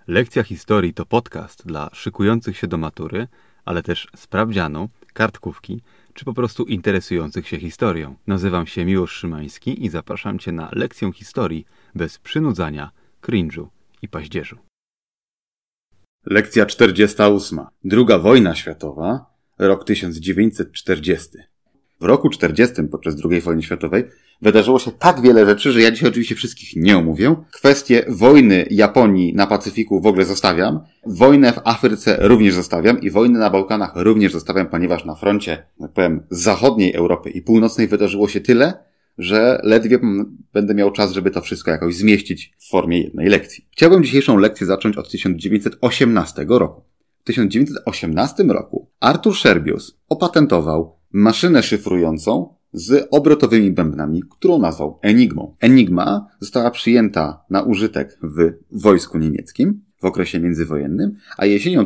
Lekcja historii to podcast dla szykujących się do matury, ale też sprawdzianu, kartkówki, czy po prostu interesujących się historią. Nazywam się Miłosz Szymański i zapraszam Cię na lekcję historii bez przynudzania, cringe'u i paździerzu. Lekcja 48. Druga wojna światowa, rok 1940. W roku 40 podczas II wojny światowej wydarzyło się tak wiele rzeczy, że ja dzisiaj oczywiście wszystkich nie omówię. Kwestię wojny Japonii na Pacyfiku w ogóle zostawiam. Wojnę w Afryce również zostawiam i wojnę na Bałkanach również zostawiam, ponieważ na froncie, tak powiem, zachodniej Europy i północnej wydarzyło się tyle, że ledwie będę miał czas, żeby to wszystko jakoś zmieścić w formie jednej lekcji. Chciałbym dzisiejszą lekcję zacząć od 1918 roku. W 1918 roku Arthur Scherbius opatentował maszynę szyfrującą z obrotowymi bębnami, którą nazwał Enigmą. Enigma została przyjęta na użytek w wojsku niemieckim w okresie międzywojennym, a jesienią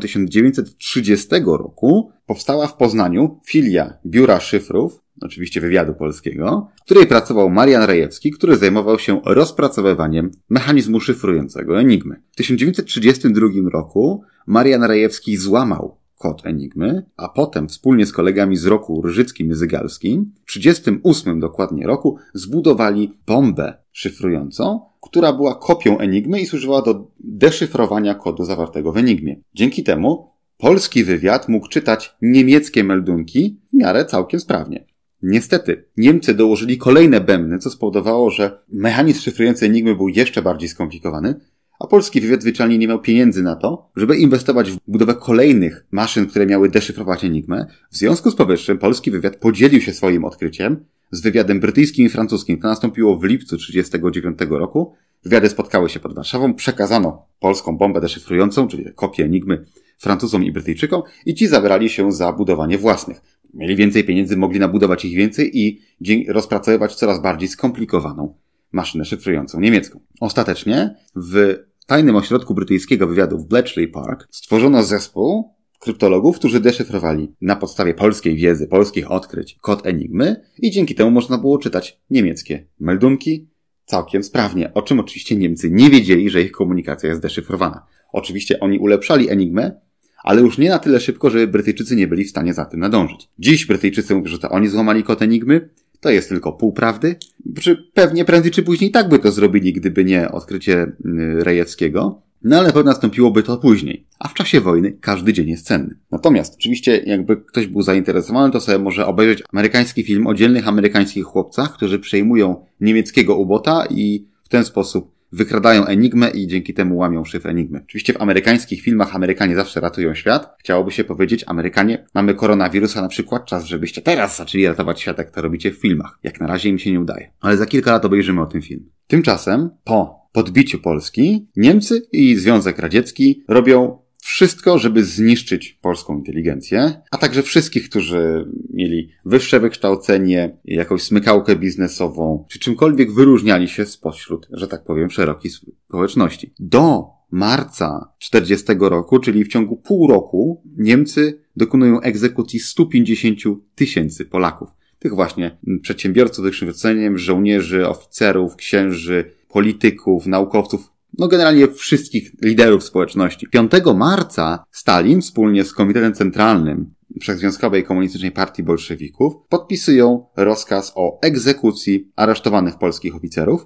1930 roku powstała w Poznaniu filia Biura Szyfrów, oczywiście wywiadu polskiego, w której pracował Marian Rejewski, który zajmował się rozpracowywaniem mechanizmu szyfrującego Enigmy. W 1932 roku Marian Rejewski złamał kod Enigmy, a potem wspólnie z kolegami z roku Rżyckim i Zygalskim w 1938 dokładnie roku zbudowali bombę szyfrującą, która była kopią Enigmy i służyła do deszyfrowania kodu zawartego w Enigmie. Dzięki temu polski wywiad mógł czytać niemieckie meldunki w miarę całkiem sprawnie. Niestety, Niemcy dołożyli kolejne bębny, co spowodowało, że mechanizm szyfrujący Enigmy był jeszcze bardziej skomplikowany, a polski wywiad zwyczajnie nie miał pieniędzy na to, żeby inwestować w budowę kolejnych maszyn, które miały deszyfrować Enigmę. W związku z powyższym polski wywiad podzielił się swoim odkryciem z wywiadem brytyjskim i francuskim. To nastąpiło w lipcu 1939 roku. Wywiady spotkały się pod Warszawą, przekazano polską bombę deszyfrującą, czyli kopię Enigmy, Francuzom i Brytyjczykom i ci zabrali się za budowanie własnych. Mieli więcej pieniędzy, mogli nabudować ich więcej i rozpracowywać coraz bardziej skomplikowaną maszynę szyfrującą niemiecką. Ostatecznie w tajnym ośrodku brytyjskiego wywiadu w Bletchley Park stworzono zespół kryptologów, którzy deszyfrowali na podstawie polskiej wiedzy, polskich odkryć kod Enigmy i dzięki temu można było czytać niemieckie meldunki całkiem sprawnie, o czym oczywiście Niemcy nie wiedzieli, że ich komunikacja jest deszyfrowana. Oczywiście oni ulepszali Enigmę, ale już nie na tyle szybko, żeby Brytyjczycy nie byli w stanie za tym nadążyć. Dziś Brytyjczycy mówią, że to oni złamali kod Enigmy. To jest tylko pół prawdy. Pewnie prędzej czy później tak by to zrobili, gdyby nie odkrycie Rejewskiego. No ale pewnie nastąpiłoby to później. A w czasie wojny każdy dzień jest cenny. Natomiast oczywiście jakby ktoś był zainteresowany, to sobie może obejrzeć amerykański film o dzielnych amerykańskich chłopcach, którzy przejmują niemieckiego ubota i w ten sposób wykradają Enigmę i dzięki temu łamią szyfr Enigmy. Oczywiście w amerykańskich filmach Amerykanie zawsze ratują świat. Chciałoby się powiedzieć, Amerykanie, mamy koronawirusa na przykład, czas żebyście teraz zaczęli ratować świat, jak to robicie w filmach. Jak na razie im się nie udaje. Ale za kilka lat obejrzymy o tym film. Tymczasem, po podbiciu Polski, Niemcy i Związek Radziecki robią wszystko, żeby zniszczyć polską inteligencję, a także wszystkich, którzy mieli wyższe wykształcenie, jakąś smykałkę biznesową, czy czymkolwiek wyróżniali się spośród, że tak powiem, szerokiej społeczności. Do marca 40 roku, czyli w ciągu pół roku, Niemcy dokonują egzekucji 150 000 Polaków. Tych właśnie przedsiębiorców z wykształceniem, żołnierzy, oficerów, księży, polityków, naukowców, generalnie wszystkich liderów społeczności. 5 marca Stalin wspólnie z Komitetem Centralnym Wszechzwiązkowej Komunistycznej Partii Bolszewików podpisują rozkaz o egzekucji aresztowanych polskich oficerów,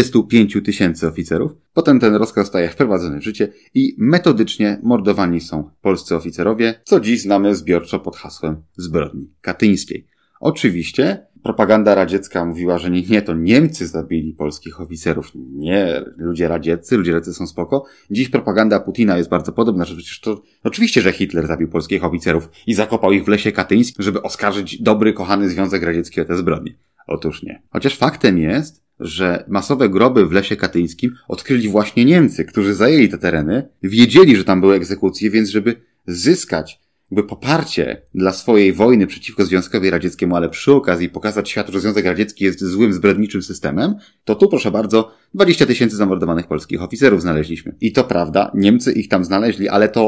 25 000 oficerów. Potem ten rozkaz zostaje wprowadzony w życie i metodycznie mordowani są polscy oficerowie, co dziś znamy zbiorczo pod hasłem zbrodni katyńskiej. Oczywiście propaganda radziecka mówiła, że nie, to Niemcy zabili polskich oficerów. Nie, ludzie radzieccy są spoko. Dziś propaganda Putina jest bardzo podobna, że przecież to oczywiście, że Hitler zabił polskich oficerów i zakopał ich w lesie katyńskim, żeby oskarżyć dobry, kochany Związek Radziecki o te zbrodnie. Otóż nie. Chociaż faktem jest, że masowe groby w lesie katyńskim odkryli właśnie Niemcy, którzy zajęli te tereny, wiedzieli, że tam były egzekucje, więc żeby zyskać poparcie dla swojej wojny przeciwko Związkowi Radzieckiemu, ale przy okazji pokazać światu, że Związek Radziecki jest złym, zbrodniczym systemem, to tu, proszę bardzo, 20 000 zamordowanych polskich oficerów znaleźliśmy. I to prawda, Niemcy ich tam znaleźli, ale to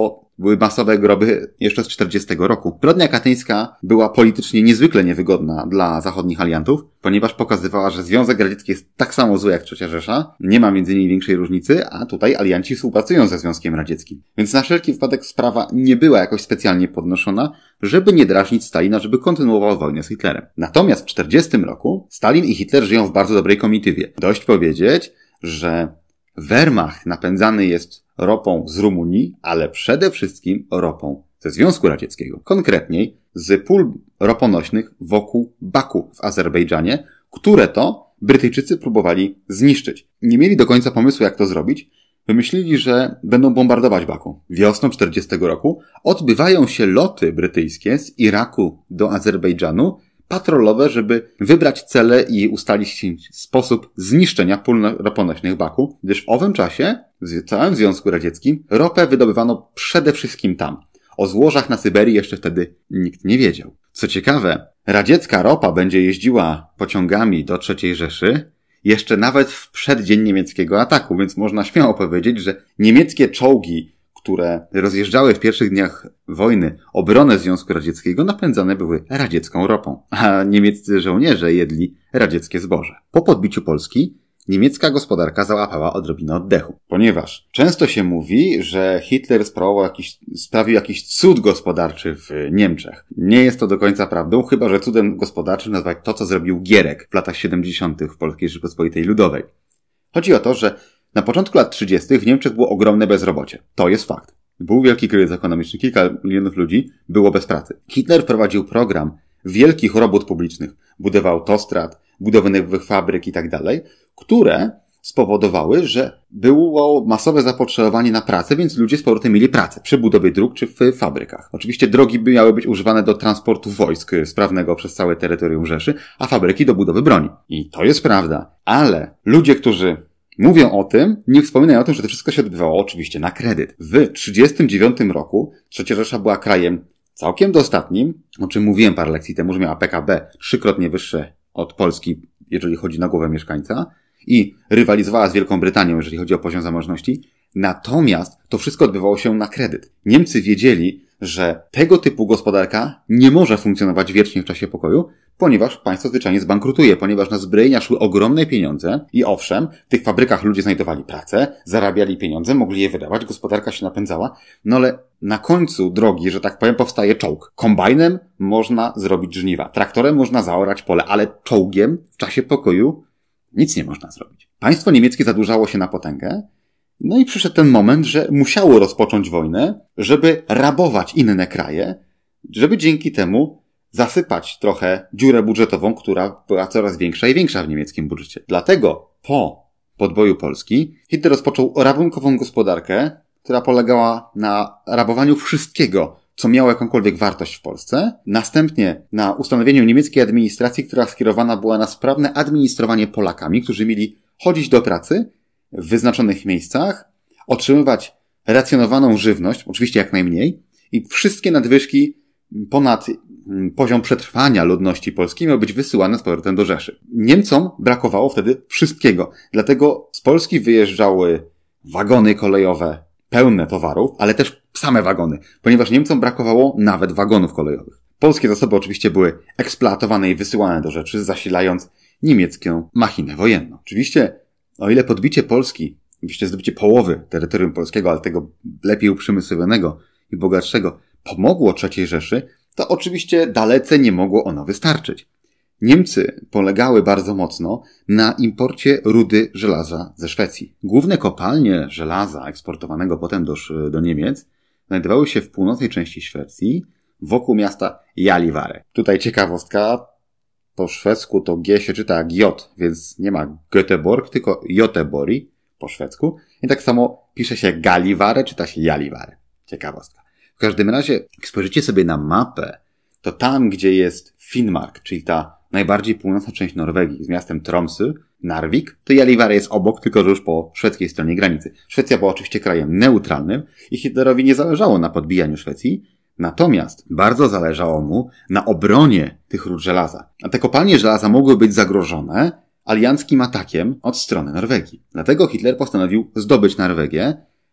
Były masowe groby jeszcze z 40 roku. Zbrodnia katyńska była politycznie niezwykle niewygodna dla zachodnich aliantów, ponieważ pokazywała, że Związek Radziecki jest tak samo zły jak III Rzesza, nie ma między nimi większej różnicy, a tutaj alianci współpracują ze Związkiem Radzieckim. Więc na wszelki wypadek sprawa nie była jakoś specjalnie podnoszona, żeby nie drażnić Stalina, żeby kontynuował wojnę z Hitlerem. Natomiast w 40 roku Stalin i Hitler żyją w bardzo dobrej komitywie. Dość powiedzieć, że Wehrmacht napędzany jest ropą z Rumunii, ale przede wszystkim ropą ze Związku Radzieckiego. Konkretniej z pól roponośnych wokół Baku w Azerbejdżanie, które to Brytyjczycy próbowali zniszczyć. Nie mieli do końca pomysłu, jak to zrobić. Wymyślili, że będą bombardować Baku. Wiosną 40 roku odbywają się loty brytyjskie z Iraku do Azerbejdżanu, patrolowe, żeby wybrać cele i ustalić sposób zniszczenia pól roponośnych Baku, gdyż w owym czasie w całym Związku Radzieckim ropę wydobywano przede wszystkim tam. O złożach na Syberii jeszcze wtedy nikt nie wiedział. Co ciekawe, radziecka ropa będzie jeździła pociągami do III Rzeszy jeszcze nawet w przeddzień niemieckiego ataku, więc można śmiało powiedzieć, że niemieckie czołgi, które rozjeżdżały w pierwszych dniach wojny obronę Związku Radzieckiego, napędzane były radziecką ropą, a niemieccy żołnierze jedli radzieckie zboże. Po podbiciu Polski niemiecka gospodarka załapała odrobinę oddechu, ponieważ często się mówi, że Hitler sprawił jakiś cud gospodarczy w Niemczech. Nie jest to do końca prawdą, chyba że cudem gospodarczym nazwać to, co zrobił Gierek w latach 70. w Polskiej Rzeczypospolitej Ludowej. Chodzi o to, że na początku lat 30. w Niemczech było ogromne bezrobocie. To jest fakt. Był wielki kryzys ekonomiczny, kilka milionów ludzi było bez pracy. Hitler wprowadził program wielkich robót publicznych, budowy autostrad, budowy nowych fabryk i tak dalej, które spowodowały, że było masowe zapotrzebowanie na pracę, więc ludzie z powrotem mieli pracę przy budowie dróg czy w fabrykach. Oczywiście drogi miały być używane do transportu wojsk sprawnego przez całe terytorium Rzeszy, a fabryki do budowy broni. I to jest prawda. Ale ludzie, którzy mówią o tym, nie wspominają o tym, że to wszystko się odbywało oczywiście na kredyt. W 1939 roku III Rzesza była krajem całkiem dostatnim, o czym mówiłem parę lekcji temu, że miała PKB 3-krotnie wyższe od Polski, jeżeli chodzi na głowę mieszkańca, i rywalizowała z Wielką Brytanią, jeżeli chodzi o poziom zamożności. Natomiast to wszystko odbywało się na kredyt. Niemcy wiedzieli, że tego typu gospodarka nie może funkcjonować wiecznie w czasie pokoju, ponieważ państwo zwyczajnie zbankrutuje, ponieważ na zbrojenia szły ogromne pieniądze i owszem, w tych fabrykach ludzie znajdowali pracę, zarabiali pieniądze, mogli je wydawać, gospodarka się napędzała, no ale na końcu drogi, że tak powiem, powstaje czołg. Kombajnem można zrobić żniwa, traktorem można zaorać pole, ale czołgiem w czasie pokoju nic nie można zrobić. Państwo niemieckie zadłużało się na potęgę, no i przyszedł ten moment, że musiało rozpocząć wojnę, żeby rabować inne kraje, żeby dzięki temu zasypać trochę dziurę budżetową, która była coraz większa i większa w niemieckim budżecie. Dlatego po podboju Polski Hitler rozpoczął rabunkową gospodarkę, która polegała na rabowaniu wszystkiego, co miało jakąkolwiek wartość w Polsce. Następnie na ustanowieniu niemieckiej administracji, która skierowana była na sprawne administrowanie Polakami, którzy mieli chodzić do pracy w wyznaczonych miejscach, otrzymywać racjonowaną żywność, oczywiście jak najmniej, i wszystkie nadwyżki ponad poziom przetrwania ludności polskiej miały być wysyłane z powrotem do Rzeszy. Niemcom brakowało wtedy wszystkiego. Dlatego z Polski wyjeżdżały wagony kolejowe pełne towarów, ale też same wagony, ponieważ Niemcom brakowało nawet wagonów kolejowych. Polskie zasoby oczywiście były eksploatowane i wysyłane do Rzeszy, zasilając niemiecką machinę wojenną. Oczywiście, o ile podbicie Polski, oczywiście zdobycie połowy terytorium polskiego, ale tego lepiej uprzemysłowionego i bogatszego, pomogło III Rzeszy, to oczywiście dalece nie mogło ono wystarczyć. Niemcy polegały bardzo mocno na imporcie rudy żelaza ze Szwecji. Główne kopalnie żelaza eksportowanego potem do Niemiec znajdowały się w północnej części Szwecji, wokół miasta Gällivare. Tutaj ciekawostka, po szwedzku to G się czyta jak J, więc nie ma Göteborg, tylko Göteborg po szwedzku. I tak samo pisze się Gällivare, czyta się Gällivare. Ciekawostka. W każdym razie, jak spojrzycie sobie na mapę, to tam, gdzie jest Finnmark, czyli ta najbardziej północna część Norwegii z miastem Tromsø, Narvik, to Gällivare jest obok, tylko że już po szwedzkiej stronie granicy. Szwecja była oczywiście krajem neutralnym i Hitlerowi nie zależało na podbijaniu Szwecji, natomiast bardzo zależało mu na obronie tych rud żelaza. A te kopalnie żelaza mogły być zagrożone alianckim atakiem od strony Norwegii. Dlatego Hitler postanowił zdobyć Norwegię,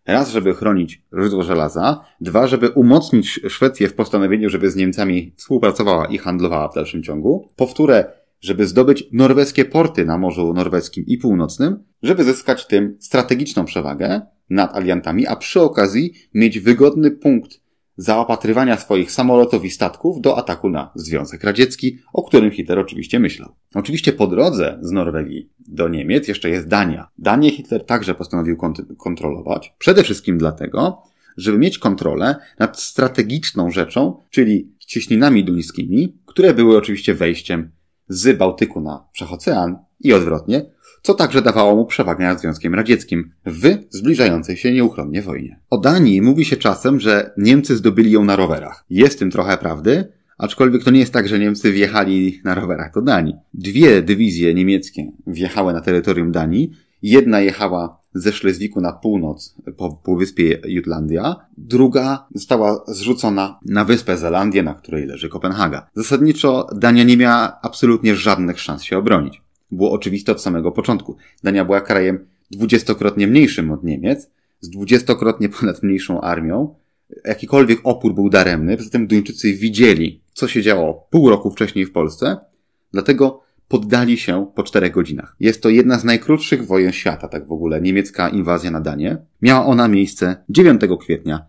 Raz, żeby chronić źródło żelaza, dwa, żeby umocnić Szwecję w postanowieniu, żeby z Niemcami współpracowała i handlowała w dalszym ciągu. Po wtóre, żeby zdobyć norweskie porty na Morzu Norweskim i Północnym, żeby zyskać tym strategiczną przewagę nad aliantami, a przy okazji mieć wygodny punkt zaopatrywania swoich samolotów i statków do ataku na Związek Radziecki, o którym Hitler oczywiście myślał. Oczywiście po drodze z Norwegii do Niemiec jeszcze jest Dania. Danię Hitler także postanowił kontrolować, przede wszystkim dlatego, żeby mieć kontrolę nad strategiczną rzeczą, czyli cieśninami duńskimi, które były oczywiście wejściem z Bałtyku na Wszechocean i odwrotnie, co także dawało mu przewagę nad Związkiem Radzieckim w zbliżającej się nieuchronnie wojnie. O Danii mówi się czasem, że Niemcy zdobyli ją na rowerach. Jest w tym trochę prawdy, aczkolwiek to nie jest tak, że Niemcy wjechali na rowerach do Danii. 2 dywizje niemieckie wjechały na terytorium Danii. Jedna jechała ze Szlezwiku na północ po półwyspie Jutlandia, druga została zrzucona na wyspę Zelandię, na której leży Kopenhaga. Zasadniczo Dania nie miała absolutnie żadnych szans się obronić. Było oczywiste od samego początku. Dania była krajem 20-krotnie mniejszym od Niemiec, z 20-krotnie ponad mniejszą armią. Jakikolwiek opór był daremny, poza tym Duńczycy widzieli, co się działo pół roku wcześniej w Polsce, dlatego poddali się po 4 godzinach. Jest to jedna z najkrótszych wojen świata, tak w ogóle, niemiecka inwazja na Danię. Miała ona miejsce 9 kwietnia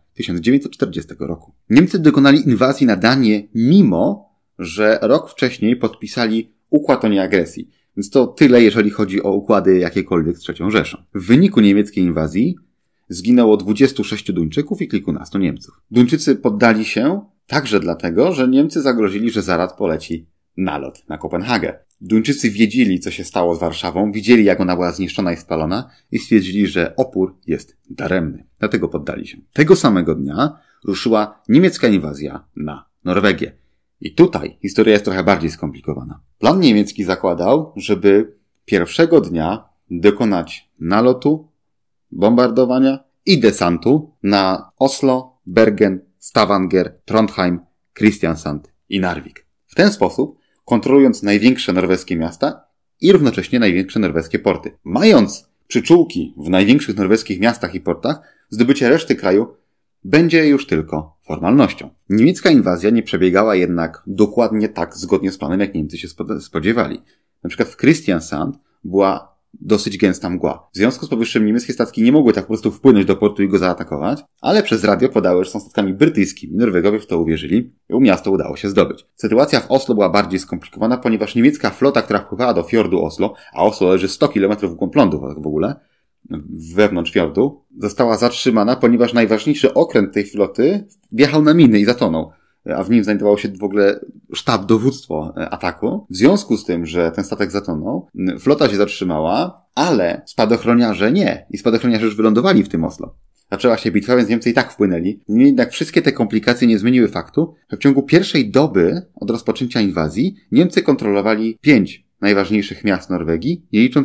1940 roku. Niemcy dokonali inwazji na Danię, mimo że rok wcześniej podpisali układ o nieagresji. Więc to tyle, jeżeli chodzi o układy jakiekolwiek z III Rzeszą. W wyniku niemieckiej inwazji zginęło 26 Duńczyków i kilkunastu Niemców. Duńczycy poddali się także dlatego, że Niemcy zagrozili, że zaraz poleci nalot na Kopenhagę. Duńczycy wiedzieli, co się stało z Warszawą, widzieli, jak ona była zniszczona i spalona i stwierdzili, że opór jest daremny. Dlatego poddali się. Tego samego dnia ruszyła niemiecka inwazja na Norwegię. I tutaj historia jest trochę bardziej skomplikowana. Plan niemiecki zakładał, żeby pierwszego dnia dokonać nalotu, bombardowania i desantu na Oslo, Bergen, Stavanger, Trondheim, Kristiansand i Narvik. W ten sposób, kontrolując największe norweskie miasta i równocześnie największe norweskie porty. Mając przyczółki w największych norweskich miastach i portach, zdobycie reszty kraju będzie już tylko formalnością. Niemiecka inwazja nie przebiegała jednak dokładnie tak zgodnie z planem, jak Niemcy się spodziewali. Na przykład w Kristiansand była dosyć gęsta mgła. W związku z powyższym niemieckie statki nie mogły tak po prostu wpłynąć do portu i go zaatakować, ale przez radio podały, że są statkami brytyjskimi. Norwegowie w to uwierzyli i miasto udało się zdobyć. Sytuacja w Oslo była bardziej skomplikowana, ponieważ niemiecka flota, która wpływała do fiordu Oslo, a Oslo leży 100 km w głąb lądu w ogóle, wewnątrz fiordu, została zatrzymana, ponieważ najważniejszy okręt tej floty wjechał na miny i zatonął, a w nim znajdował się w ogóle sztab, dowództwo ataku. W związku z tym, że ten statek zatonął, flota się zatrzymała, ale spadochroniarze nie. I spadochroniarze już wylądowali w tym Oslo. Zaczęła się bitwa, więc Niemcy i tak wpłynęli. Jednak wszystkie te komplikacje nie zmieniły faktu, że w ciągu pierwszej doby od rozpoczęcia inwazji Niemcy kontrolowali 5 najważniejszych miast Norwegii,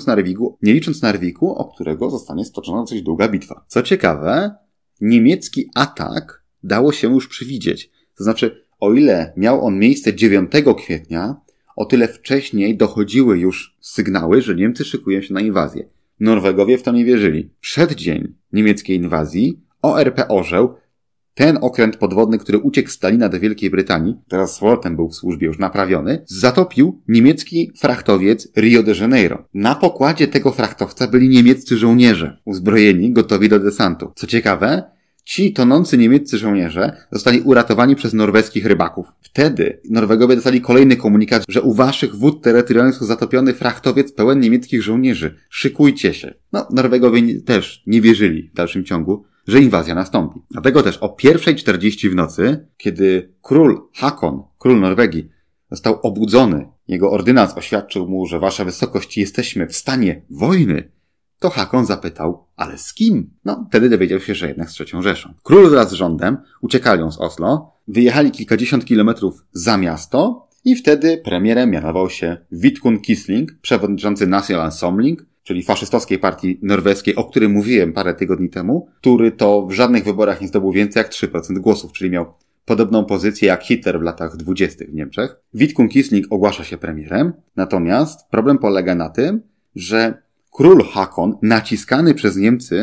nie licząc Narviku, o którego zostanie stoczona dosyć długa bitwa. Co ciekawe, niemiecki atak dało się już przewidzieć. To znaczy, o ile miał on miejsce 9 kwietnia, o tyle wcześniej dochodziły już sygnały, że Niemcy szykują się na inwazję. Norwegowie w to nie wierzyli. Przeddzień niemieckiej inwazji ORP Orzeł, ten okręt podwodny, który uciekł z Stalina do Wielkiej Brytanii, teraz z powrotem był w służbie już naprawiony, zatopił niemiecki frachtowiec Rio de Janeiro. Na pokładzie tego frachtowca byli niemieccy żołnierze, uzbrojeni, gotowi do desantu. Co ciekawe, ci tonący niemieccy żołnierze zostali uratowani przez norweskich rybaków. Wtedy Norwegowie dostali kolejny komunikat, że u waszych wód terytorialnych jest zatopiony frachtowiec pełen niemieckich żołnierzy. Szykujcie się. Norwegowie też nie wierzyli w dalszym ciągu, że inwazja nastąpi. Dlatego też o 1:40 w nocy, kiedy król Hakon, król Norwegii, został obudzony, jego ordynans oświadczył mu, że wasza wysokość, jesteśmy w stanie wojny, to Hakon zapytał, ale z kim? Wtedy dowiedział się, że jednak z III Rzeszą. Król wraz z rządem uciekali z Oslo, wyjechali kilkadziesiąt kilometrów za miasto i wtedy premierem mianował się Vidkun Quisling, przewodniczący National Samling, czyli faszystowskiej partii norweskiej, o którym mówiłem parę tygodni temu, który to w żadnych wyborach nie zdobył więcej jak 3% głosów, czyli miał podobną pozycję jak Hitler w latach 20. w Niemczech. Vidkun Quisling ogłasza się premierem, natomiast problem polega na tym, że król Hakon, naciskany przez Niemcy,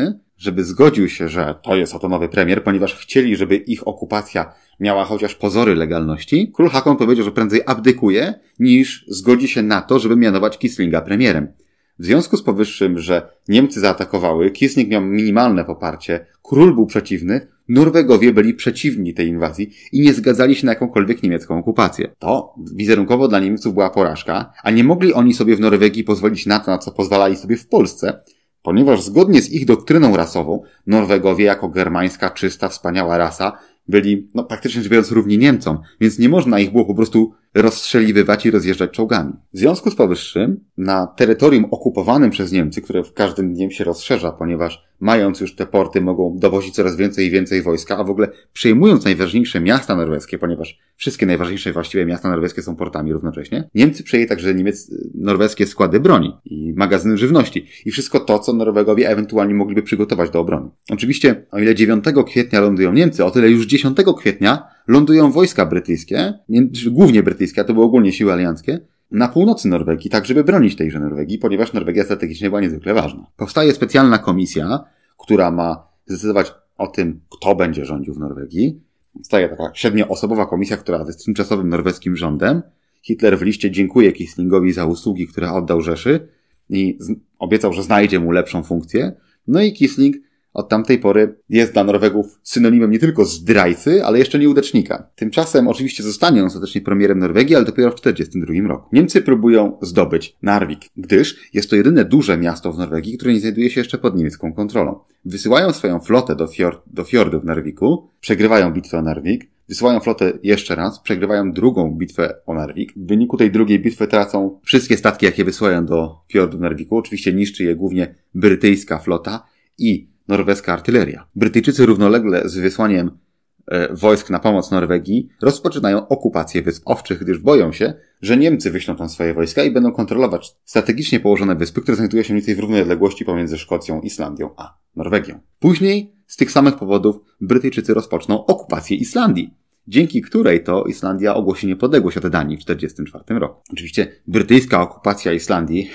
żeby zgodził się, że to jest oto nowy premier, ponieważ chcieli, żeby ich okupacja miała chociaż pozory legalności, król Hakon powiedział, że prędzej abdykuje, niż zgodzi się na to, żeby mianować Quislinga premierem. W związku z powyższym, że Niemcy zaatakowały, Quisling miał minimalne poparcie, król był przeciwny, Norwegowie byli przeciwni tej inwazji i nie zgadzali się na jakąkolwiek niemiecką okupację. To wizerunkowo dla Niemców była porażka, a nie mogli oni sobie w Norwegii pozwolić na to, na co pozwalali sobie w Polsce, ponieważ zgodnie z ich doktryną rasową Norwegowie jako germańska, czysta, wspaniała rasa byli, praktycznie rzecz biorąc, równi Niemcom, więc nie można ich było po prostu rozstrzeliwywać i rozjeżdżać czołgami. W związku z powyższym, na terytorium okupowanym przez Niemcy, które w każdym dniem się rozszerza, ponieważ mając już te porty mogą dowozić coraz więcej i więcej wojska, a w ogóle przejmując najważniejsze miasta norweskie, ponieważ wszystkie najważniejsze właściwie miasta norweskie są portami równocześnie, Niemcy przejęli także norweskie składy broni i magazyny żywności i wszystko to, co Norwegowie ewentualnie mogliby przygotować do obrony. Oczywiście, o ile 9 kwietnia lądują Niemcy, o tyle już 10 kwietnia lądują wojska brytyjskie, głównie brytyjskie, a to były ogólnie siły alianckie, na północy Norwegii, tak żeby bronić tejże Norwegii, ponieważ Norwegia strategicznie była niezwykle ważna. Powstaje specjalna komisja, która ma zdecydować o tym, kto będzie rządził w Norwegii. Powstaje taka 7-osobowa komisja, która jest tymczasowym norweskim rządem. Hitler w liście dziękuje Quislingowi za usługi, które oddał Rzeszy i obiecał, że znajdzie mu lepszą funkcję. No i Quisling od tamtej pory jest dla Norwegów synonimem nie tylko zdrajcy, ale jeszcze nieudacznika. Tymczasem oczywiście zostanie on ostatecznie premierem Norwegii, ale dopiero w 1942 roku. Niemcy próbują zdobyć Narvik, gdyż jest to jedyne duże miasto w Norwegii, które nie znajduje się jeszcze pod niemiecką kontrolą. Wysyłają swoją flotę do fiordu w Narviku, przegrywają bitwę o Narvik, wysyłają flotę jeszcze raz, przegrywają drugą bitwę o Narvik. W wyniku tej drugiej bitwy tracą wszystkie statki, jakie wysyłają do fiordu w Narviku. Oczywiście niszczy je głównie brytyjska flota i norweska artyleria. Brytyjczycy równolegle z wysłaniem wojsk na pomoc Norwegii rozpoczynają okupację Wysp Owczych, gdyż boją się, że Niemcy wyślą tam swoje wojska i będą kontrolować strategicznie położone wyspy, które znajdują się mniej więcej w równej odległości pomiędzy Szkocją, Islandią a Norwegią. Później z tych samych powodów Brytyjczycy rozpoczną okupację Islandii, dzięki której to Islandia ogłosi niepodległość od Danii w 1944 roku. Oczywiście brytyjska okupacja Islandii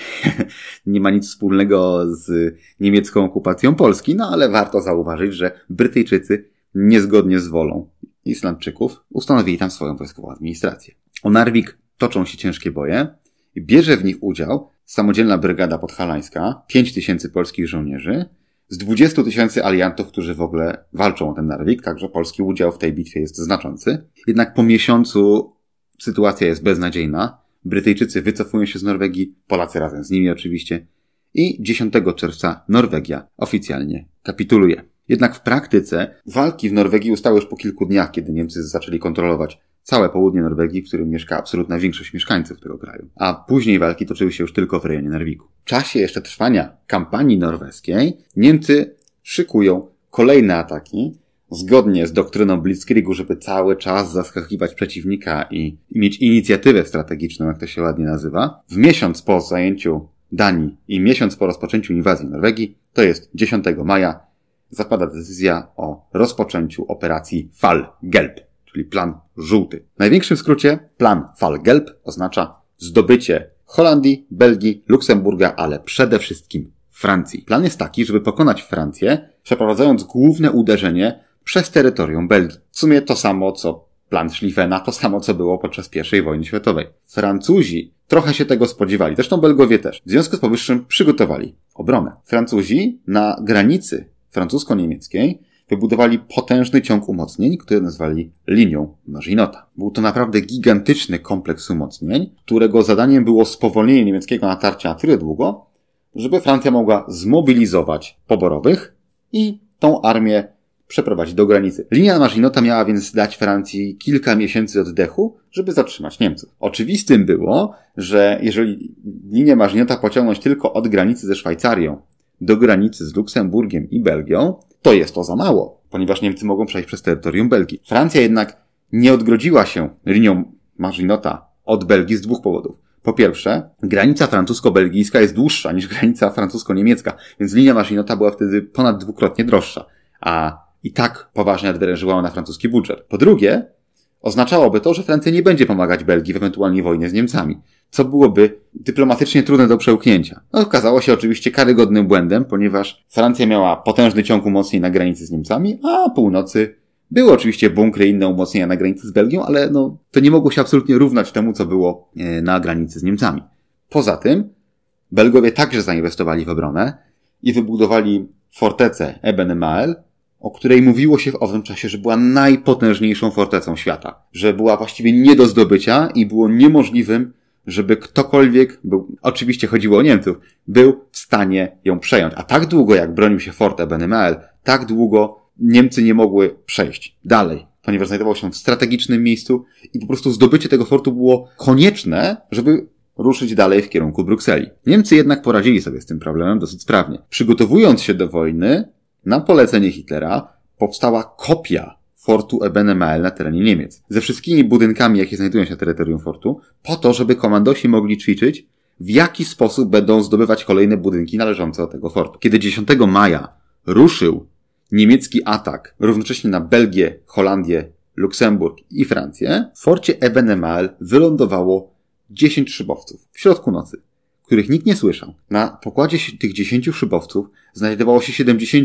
nie ma nic wspólnego z niemiecką okupacją Polski, ale warto zauważyć, że Brytyjczycy niezgodnie z wolą Islandczyków ustanowili tam swoją wojskową administrację. O Narvik toczą się ciężkie boje i bierze w nich udział samodzielna brygada podhalańska, 5000 polskich żołnierzy, z 20 000 aliantów, którzy w ogóle walczą o ten Narvik, także polski udział w tej bitwie jest znaczący. Jednak po miesiącu sytuacja jest beznadziejna. Brytyjczycy wycofują się z Norwegii, Polacy razem z nimi oczywiście i 10 czerwca Norwegia oficjalnie kapituluje. Jednak w praktyce walki w Norwegii ustały już po kilku dniach, kiedy Niemcy zaczęli kontrolować całe południe Norwegii, w którym mieszka absolutna większość mieszkańców tego kraju. A później walki toczyły się już tylko w rejonie Narviku. W czasie jeszcze trwania kampanii norweskiej Niemcy szykują kolejne ataki, zgodnie z doktryną Blitzkriegu, żeby cały czas zaskakiwać przeciwnika i mieć inicjatywę strategiczną, jak to się ładnie nazywa. W miesiąc po zajęciu Danii i miesiąc po rozpoczęciu inwazji Norwegii, to jest 10 maja, zapada decyzja o rozpoczęciu operacji Fall-Gelb, czyli plan żółty. W największym skrócie plan Fall-Gelb oznacza zdobycie Holandii, Belgii, Luksemburga, ale przede wszystkim Francji. Plan jest taki, żeby pokonać Francję, przeprowadzając główne uderzenie przez terytorium Belgii. W sumie to samo, co plan Schlieffena, to samo, co było podczas I wojny światowej. Francuzi trochę się tego spodziewali, zresztą Belgowie też. W związku z powyższym przygotowali obronę. Francuzi na granicy francusko-niemieckiej wybudowali potężny ciąg umocnień, który nazwali linią Maginota. Był to naprawdę gigantyczny kompleks umocnień, którego zadaniem było spowolnienie niemieckiego natarcia na tyle długo, żeby Francja mogła zmobilizować poborowych i tą armię przeprowadzić do granicy. Linia Maginota miała więc dać Francji kilka miesięcy oddechu, żeby zatrzymać Niemców. Oczywistym było, że jeżeli linię Maginota pociągnąć tylko od granicy ze Szwajcarią do granicy z Luksemburgiem i Belgią, to jest to za mało, ponieważ Niemcy mogą przejść przez terytorium Belgii. Francja jednak nie odgrodziła się linią Maginota od Belgii z dwóch powodów. Po pierwsze, granica francusko-belgijska jest dłuższa niż granica francusko-niemiecka, więc linia Maginota była wtedy ponad dwukrotnie droższa, a i tak poważnie nadwyrężywała na francuski budżet. Po drugie, oznaczałoby to, że Francja nie będzie pomagać Belgii w ewentualnej wojnie z Niemcami, co byłoby dyplomatycznie trudne do przełknięcia. No, okazało się oczywiście karygodnym błędem, ponieważ Francja miała potężny ciąg umocnień na granicy z Niemcami, a północy były oczywiście bunkry i inne umocnienia na granicy z Belgią, ale to nie mogło się absolutnie równać temu, co było na granicy z Niemcami. Poza tym Belgowie także zainwestowali w obronę i wybudowali fortecę Eben-Emael, o której mówiło się w owym czasie, że była najpotężniejszą fortecą świata. Że była właściwie nie do zdobycia i było niemożliwym, żeby ktokolwiek, oczywiście chodziło o Niemców, był w stanie ją przejąć. A tak długo jak bronił się fort Eben-Emael, tak długo Niemcy nie mogły przejść dalej, ponieważ znajdował się w strategicznym miejscu i po prostu zdobycie tego fortu było konieczne, żeby ruszyć dalej w kierunku Brukseli. Niemcy jednak poradzili sobie z tym problemem dosyć sprawnie. Przygotowując się do wojny, na polecenie Hitlera powstała kopia fortu Eben-Emael na terenie Niemiec. Ze wszystkimi budynkami, jakie znajdują się na terytorium fortu, po to, żeby komandosi mogli ćwiczyć, w jaki sposób będą zdobywać kolejne budynki należące do tego fortu. Kiedy 10 maja ruszył niemiecki atak równocześnie na Belgię, Holandię, Luksemburg i Francję, w forcie Eben-Emael wylądowało 10 szybowców w środku nocy, których nikt nie słyszał. Na pokładzie tych 10 szybowców znajdowało się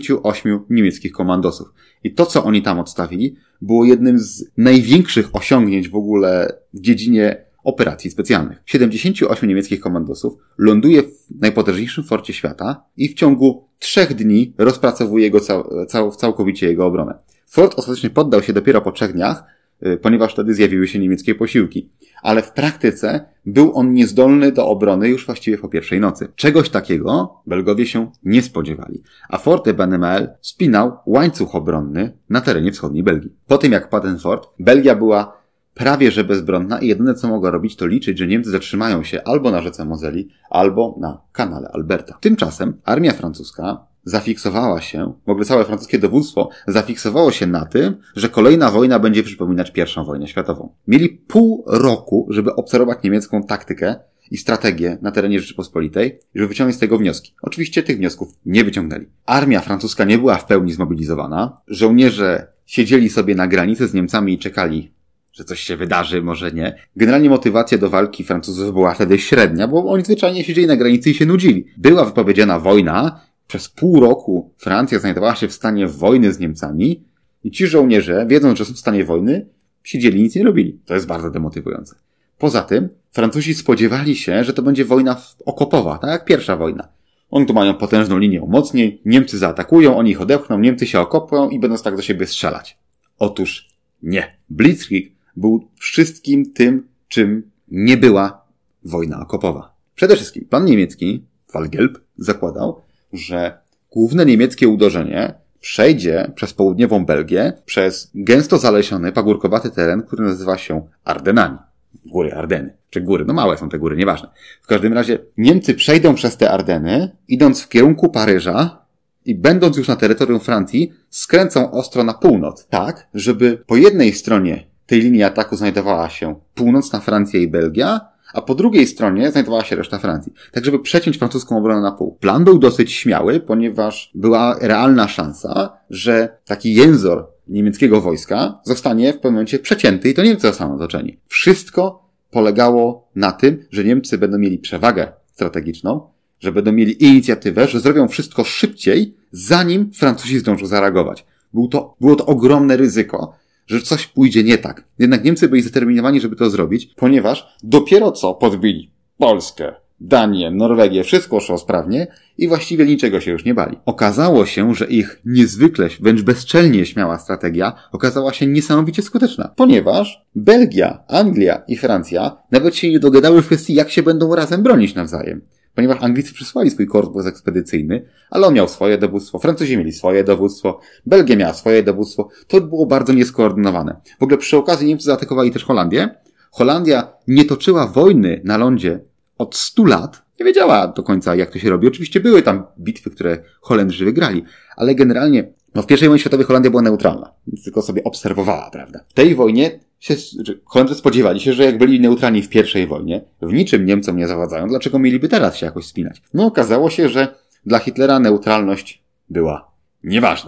78 niemieckich komandosów. I to, co oni tam odstawili, było jednym z największych osiągnięć w ogóle w dziedzinie operacji specjalnych. 78 niemieckich komandosów ląduje w najpotężniejszym forcie świata i w ciągu 3 dni rozpracowuje całkowicie jego obronę. Fort ostatecznie poddał się dopiero po 3 dniach, ponieważ wtedy zjawiły się niemieckie posiłki. Ale w praktyce był on niezdolny do obrony już właściwie po pierwszej nocy. Czegoś takiego Belgowie się nie spodziewali. A fort Eben-Emael spinał łańcuch obronny na terenie wschodniej Belgii. Po tym jak padł ten fort, Belgia była prawie że bezbronna i jedyne co mogła robić to liczyć, że Niemcy zatrzymają się albo na rzece Mozeli, albo na kanale Alberta. Tymczasem armia francuska zafiksowała się, w ogóle całe francuskie dowództwo zafiksowało się na tym, że kolejna wojna będzie przypominać I wojnę światową. Mieli pół roku, żeby obserwować niemiecką taktykę i strategię na terenie Rzeczypospolitej, żeby wyciągnąć z tego wnioski. Oczywiście tych wniosków nie wyciągnęli. Armia francuska nie była w pełni zmobilizowana. Żołnierze siedzieli sobie na granicy z Niemcami i czekali, że coś się wydarzy, może nie. Generalnie motywacja do walki Francuzów była wtedy średnia, bo oni zwyczajnie siedzieli na granicy i się nudzili. Była wypowiedziana wojna. Przez pół roku Francja znajdowała się w stanie wojny z Niemcami i ci żołnierze, wiedząc, że są w stanie wojny, siedzieli i nic nie robili. To jest bardzo demotywujące. Poza tym Francuzi spodziewali się, że to będzie wojna okopowa, tak jak pierwsza wojna. Oni tu mają potężną linię umocnień, Niemcy zaatakują, oni ich odepchną, Niemcy się okopują i będą tak do siebie strzelać. Otóż nie. Blitzkrieg był wszystkim tym, czym nie była wojna okopowa. Przede wszystkim plan niemiecki, Walgelb, zakładał, że główne niemieckie uderzenie przejdzie przez południową Belgię, przez gęsto zalesiony, pagórkowaty teren, który nazywa się Ardenami. Góry Ardeny. Czy góry? No małe są te góry, nieważne. W każdym razie Niemcy przejdą przez te Ardeny, idąc w kierunku Paryża i będąc już na terytorium Francji, skręcą ostro na północ. Tak, żeby po jednej stronie tej linii ataku znajdowała się północna Francja i Belgia, a po drugiej stronie znajdowała się reszta Francji. Tak, żeby przeciąć francuską obronę na pół. Plan był dosyć śmiały, ponieważ była realna szansa, że taki jęzor niemieckiego wojska zostanie w pewnym momencie przecięty i to Niemcy zostaną otoczeni. Wszystko polegało na tym, że Niemcy będą mieli przewagę strategiczną, że będą mieli inicjatywę, że zrobią wszystko szybciej, zanim Francuzi zdążą zareagować. Było to ogromne ryzyko, że coś pójdzie nie tak. Jednak Niemcy byli zdeterminowani, żeby to zrobić, ponieważ dopiero co podbili Polskę, Danię, Norwegię, wszystko szło sprawnie i właściwie niczego się już nie bali. Okazało się, że ich niezwykle, wręcz bezczelnie śmiała strategia okazała się niesamowicie skuteczna, ponieważ Belgia, Anglia i Francja nawet się nie dogadały w kwestii, jak się będą razem bronić nawzajem. Ponieważ Anglicy przysłali swój korpus ekspedycyjny, ale on miał swoje dowództwo, Francuzi mieli swoje dowództwo, Belgia miała swoje dowództwo, to było bardzo nieskoordynowane. W ogóle przy okazji Niemcy zaatakowali też Holandię. Holandia nie toczyła wojny na lądzie od 100 lat, nie wiedziała do końca jak to się robi. Oczywiście były tam bitwy, które Holendrzy wygrali, ale generalnie w I wojnie światowej Holandia była neutralna, więc tylko sobie obserwowała, prawda. W tej wojnie Holendrzy spodziewali się, że jak byli neutralni w I wojnie, w niczym Niemcom nie zawadzają, dlaczego mieliby teraz się jakoś spinać? No okazało się, że dla Hitlera neutralność była nieważna.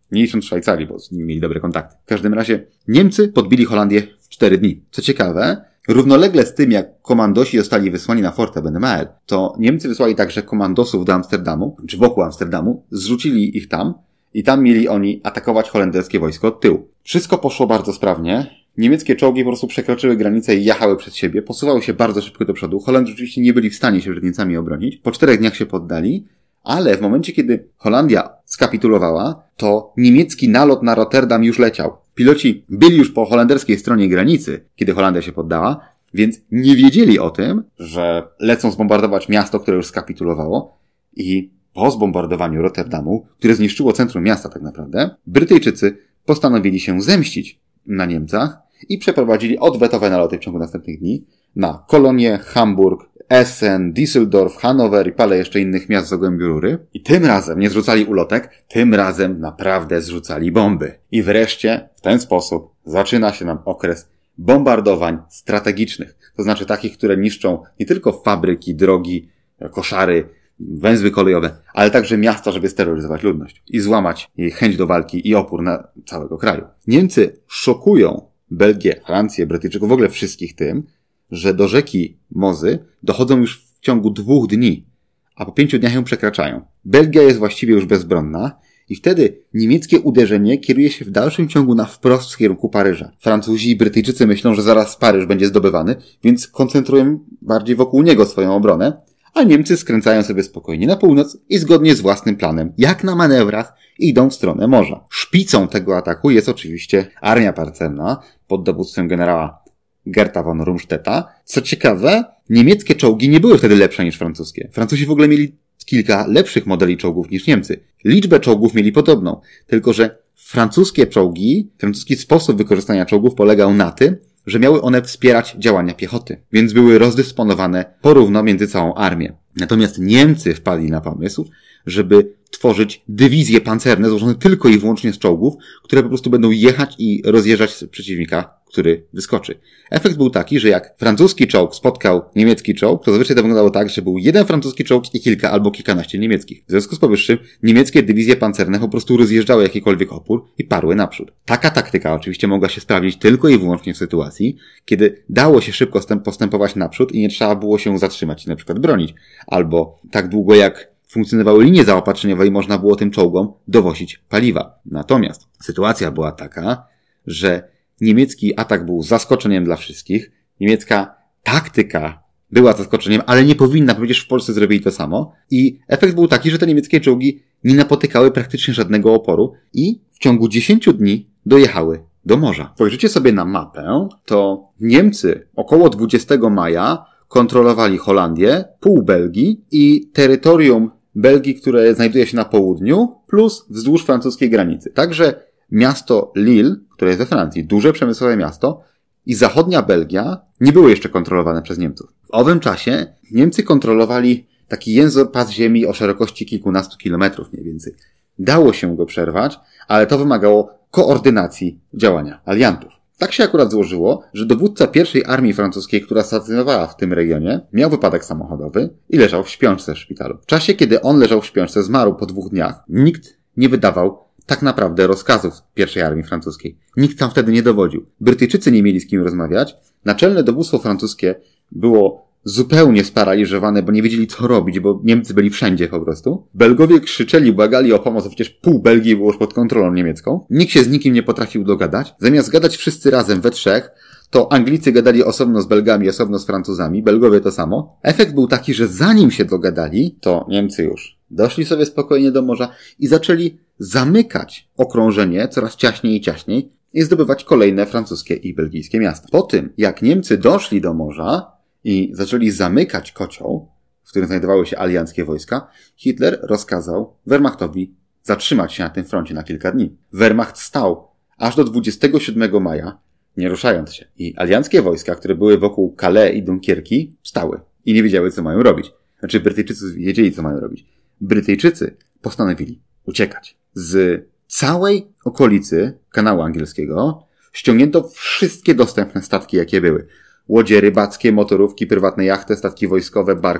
Nie licząc Szwajcarii, bo z nimi mieli dobre kontakty. W każdym razie Niemcy podbili Holandię w 4 dni. Co ciekawe, równolegle z tym, jak komandosi zostali wysłani na Forte Benemael, to Niemcy wysłali także komandosów do Amsterdamu, czy wokół Amsterdamu, zrzucili ich tam i tam mieli oni atakować holenderskie wojsko od tyłu. Wszystko poszło bardzo sprawnie. Niemieckie czołgi po prostu przekroczyły granicę i jechały przed siebie, posuwały się bardzo szybko do przodu. Holendrzy oczywiście nie byli w stanie się przed Niemcami obronić. Po 4 dniach się poddali, ale w momencie, kiedy Holandia skapitulowała, to niemiecki nalot na Rotterdam już leciał. Piloci byli już po holenderskiej stronie granicy, kiedy Holandia się poddała, więc nie wiedzieli o tym, że lecą zbombardować miasto, które już skapitulowało i po zbombardowaniu Rotterdamu, które zniszczyło centrum miasta tak naprawdę, Brytyjczycy postanowili się zemścić na Niemcach i przeprowadzili odwetowe naloty w ciągu następnych dni na Kolonię, Hamburg, Essen, Düsseldorf, Hanower i parę jeszcze innych miast w zagłębiu Rury. I tym razem nie zrzucali ulotek, tym razem naprawdę zrzucali bomby. I wreszcie w ten sposób zaczyna się nam okres bombardowań strategicznych. To znaczy takich, które niszczą nie tylko fabryki, drogi, koszary, węzły kolejowe, ale także miasta, żeby steroryzować ludność i złamać jej chęć do walki i opór na całego kraju. Niemcy szokują Belgię, Francję, Brytyjczyków, w ogóle wszystkich tym, że do rzeki Mozy dochodzą już w ciągu 2 dni, a po 5 dniach ją przekraczają. Belgia jest właściwie już bezbronna i wtedy niemieckie uderzenie kieruje się w dalszym ciągu na wprost w kierunku Paryża. Francuzi i Brytyjczycy myślą, że zaraz Paryż będzie zdobywany, więc koncentrują bardziej wokół niego swoją obronę, a Niemcy skręcają sobie spokojnie na północ i zgodnie z własnym planem, jak na manewrach, idą w stronę morza. Szpicą tego ataku jest oczywiście armia pancerna pod dowództwem generała Gerta von Rundstedta. Co ciekawe, niemieckie czołgi nie były wtedy lepsze niż francuskie. Francuzi w ogóle mieli kilka lepszych modeli czołgów niż Niemcy. Liczbę czołgów mieli podobną, tylko że francuskie czołgi, francuski sposób wykorzystania czołgów polegał na tym, że miały one wspierać działania piechoty, więc były rozdysponowane porówno między całą armię. Natomiast Niemcy wpadli na pomysł, żeby tworzyć dywizje pancerne złożone tylko i wyłącznie z czołgów, które po prostu będą jechać i rozjeżdżać przeciwnika, który wyskoczy. Efekt był taki, że jak francuski czołg spotkał niemiecki czołg, to zazwyczaj to wyglądało tak, że był jeden francuski czołg i kilka albo kilkanaście niemieckich. W związku z powyższym niemieckie dywizje pancerne po prostu rozjeżdżały jakikolwiek opór i parły naprzód. Taka taktyka oczywiście mogła się sprawdzić tylko i wyłącznie w sytuacji, kiedy dało się szybko postępować naprzód i nie trzeba było się zatrzymać i na przykład bronić. Albo tak długo jak funkcjonowały linie zaopatrzeniowe i można było tym czołgom dowozić paliwa. Natomiast sytuacja była taka, że niemiecki atak był zaskoczeniem dla wszystkich. Niemiecka taktyka była zaskoczeniem, ale nie powinna, bo przecież w Polsce zrobili to samo. I efekt był taki, że te niemieckie czołgi nie napotykały praktycznie żadnego oporu i w ciągu 10 dni dojechały do morza. Spojrzycie sobie na mapę, to Niemcy około 20 maja kontrolowali Holandię, pół Belgii i terytorium Belgii, które znajduje się na południu, plus wzdłuż francuskiej granicy. Także miasto Lille, które jest we Francji, duże przemysłowe miasto, i zachodnia Belgia nie były jeszcze kontrolowane przez Niemców. W owym czasie Niemcy kontrolowali taki język pas ziemi o szerokości kilkunastu kilometrów mniej więcej. Dało się go przerwać, ale to wymagało koordynacji działania aliantów. Tak się akurat złożyło, że dowódca pierwszej armii francuskiej, która stacjonowała w tym regionie, miał wypadek samochodowy i leżał w śpiączce w szpitalu. W czasie, kiedy on leżał w śpiączce, zmarł po 2 dniach, nikt nie wydawał tak naprawdę rozkazów pierwszej armii francuskiej. Nikt tam wtedy nie dowodził. Brytyjczycy nie mieli z kim rozmawiać. Naczelne dowództwo francuskie było zupełnie sparaliżowane, bo nie wiedzieli co robić, bo Niemcy byli wszędzie po prostu. Belgowie krzyczeli, błagali o pomoc, a przecież pół Belgii było już pod kontrolą niemiecką. Nikt się z nikim nie potrafił dogadać. Zamiast gadać wszyscy razem we trzech, to Anglicy gadali osobno z Belgami, osobno z Francuzami, Belgowie to samo. Efekt był taki, że zanim się dogadali, to Niemcy już doszli sobie spokojnie do morza i zaczęli zamykać okrążenie coraz ciaśniej i ciaśniej i zdobywać kolejne francuskie i belgijskie miasta. Po tym, jak Niemcy doszli do morza i zaczęli zamykać kocioł, w którym znajdowały się alianckie wojska, Hitler rozkazał Wehrmachtowi zatrzymać się na tym froncie na kilka dni. Wehrmacht stał aż do 27 maja, nie ruszając się. I alianckie wojska, które były wokół Calais i Dunkierki, stały i nie wiedziały, co mają robić. Znaczy, Brytyjczycy wiedzieli, co mają robić. Brytyjczycy postanowili uciekać. Z całej okolicy kanału angielskiego ściągnięto wszystkie dostępne statki, jakie były. Łodzie rybackie, motorówki, prywatne jachty, statki wojskowe, barki.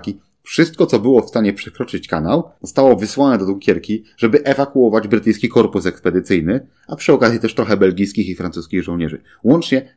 Wszystko, co było w stanie przekroczyć kanał, zostało wysłane do Dunkierki, żeby ewakuować brytyjski korpus ekspedycyjny, a przy okazji też trochę belgijskich i francuskich żołnierzy. Łącznie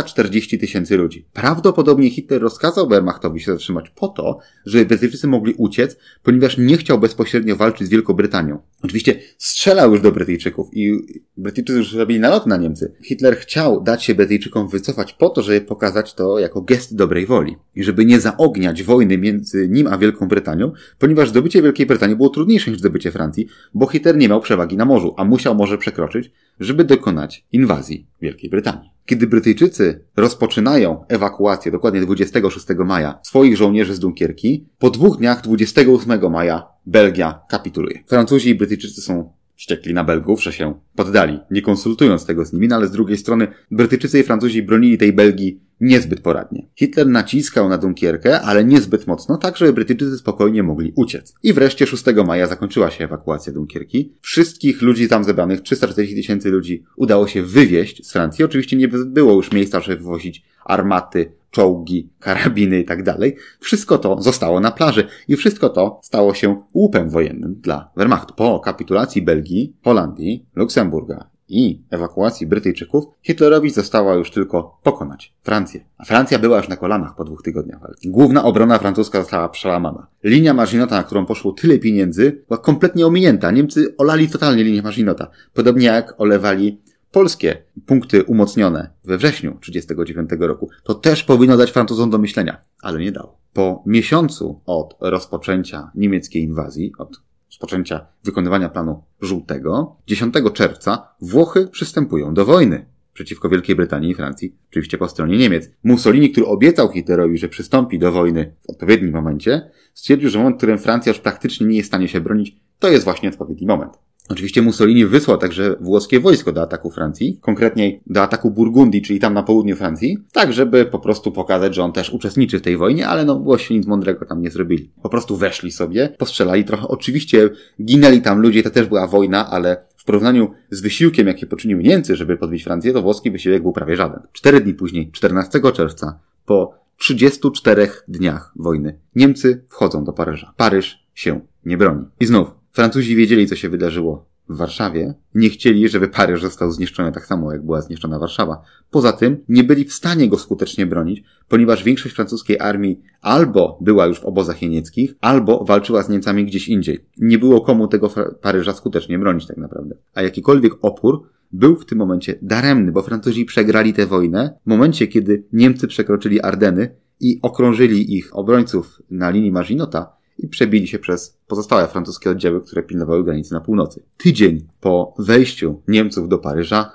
340 000 ludzi. Prawdopodobnie Hitler rozkazał Wehrmachtowi się zatrzymać po to, żeby Brytyjczycy mogli uciec, ponieważ nie chciał bezpośrednio walczyć z Wielką Brytanią. Oczywiście strzelał już do Brytyjczyków i Brytyjczycy już robili nalot na Niemcy. Hitler chciał dać się Brytyjczykom wycofać po to, żeby pokazać to jako gest dobrej woli i żeby nie zaogniać wojny między nim a Wielką Brytanią, ponieważ zdobycie Wielkiej Brytanii było trudniejsze niż zdobycie Francji, bo Hitler nie miał przewagi na morzu, a musiał morze przekroczyć, żeby dokonać inwazji Wielkiej Brytanii. Kiedy Brytyjczycy rozpoczynają ewakuację, dokładnie 26 maja, swoich żołnierzy z Dunkierki, po 2 dniach, 28 maja, Belgia kapituluje. Francuzi i Brytyjczycy są wściekli na Belgów, że się poddali, nie konsultując tego z nimi, no ale z drugiej strony Brytyjczycy i Francuzi bronili tej Belgii niezbyt poradnie. Hitler naciskał na Dunkierkę, ale niezbyt mocno, tak żeby Brytyjczycy spokojnie mogli uciec. I wreszcie 6 maja zakończyła się ewakuacja Dunkierki. Wszystkich ludzi tam zebranych, 340 000 ludzi, udało się wywieźć z Francji. Oczywiście nie było już miejsca, żeby wywozić armaty, czołgi, karabiny i tak dalej. Wszystko to zostało na plaży i wszystko to stało się łupem wojennym dla Wehrmachtu. Po kapitulacji Belgii, Holandii, Luksemburga i ewakuacji Brytyjczyków, Hitlerowi została już tylko pokonać Francję. A Francja była już na kolanach po 2 tygodniach walki. Główna obrona francuska została przełamana. Linia Maginota, na którą poszło tyle pieniędzy, była kompletnie ominięta. Niemcy olali totalnie linię Maginota. Podobnie jak olewali polskie punkty umocnione we wrześniu 1939 roku. To też powinno dać Francuzom do myślenia, ale nie dało. Po miesiącu od rozpoczęcia niemieckiej inwazji, od rozpoczęcia wykonywania planu żółtego, 10 czerwca Włochy przystępują do wojny przeciwko Wielkiej Brytanii i Francji, oczywiście po stronie Niemiec. Mussolini, który obiecał Hitlerowi, że przystąpi do wojny w odpowiednim momencie, stwierdził, że moment, w którym Francja już praktycznie nie jest w stanie się bronić, to jest właśnie odpowiedni moment. Oczywiście Mussolini wysłał także włoskie wojsko do ataku Francji, konkretnie do ataku Burgundii, czyli tam na południu Francji, tak żeby po prostu pokazać, że on też uczestniczy w tej wojnie, ale no właśnie nic mądrego tam nie zrobili. Po prostu weszli sobie, postrzelali trochę. Oczywiście ginęli tam ludzie, to też była wojna, ale w porównaniu z wysiłkiem, jaki poczyniły Niemcy, żeby podbić Francję, to włoski wysiłek był prawie żaden. 4 dni później, 14 czerwca, po 34 dniach wojny, Niemcy wchodzą do Paryża. Paryż się nie broni. I znów, Francuzi wiedzieli, co się wydarzyło w Warszawie. Nie chcieli, żeby Paryż został zniszczony tak samo, jak była zniszczona Warszawa. Poza tym nie byli w stanie go skutecznie bronić, ponieważ większość francuskiej armii albo była już w obozach jenieckich, albo walczyła z Niemcami gdzieś indziej. Nie było komu tego Paryża skutecznie bronić tak naprawdę. A jakikolwiek opór był w tym momencie daremny, bo Francuzi przegrali tę wojnę w momencie, kiedy Niemcy przekroczyli Ardeny i okrążyli ich obrońców na linii Maginota i przebili się przez pozostałe francuskie oddziały, które pilnowały granicy na północy. Tydzień po wejściu Niemców do Paryża,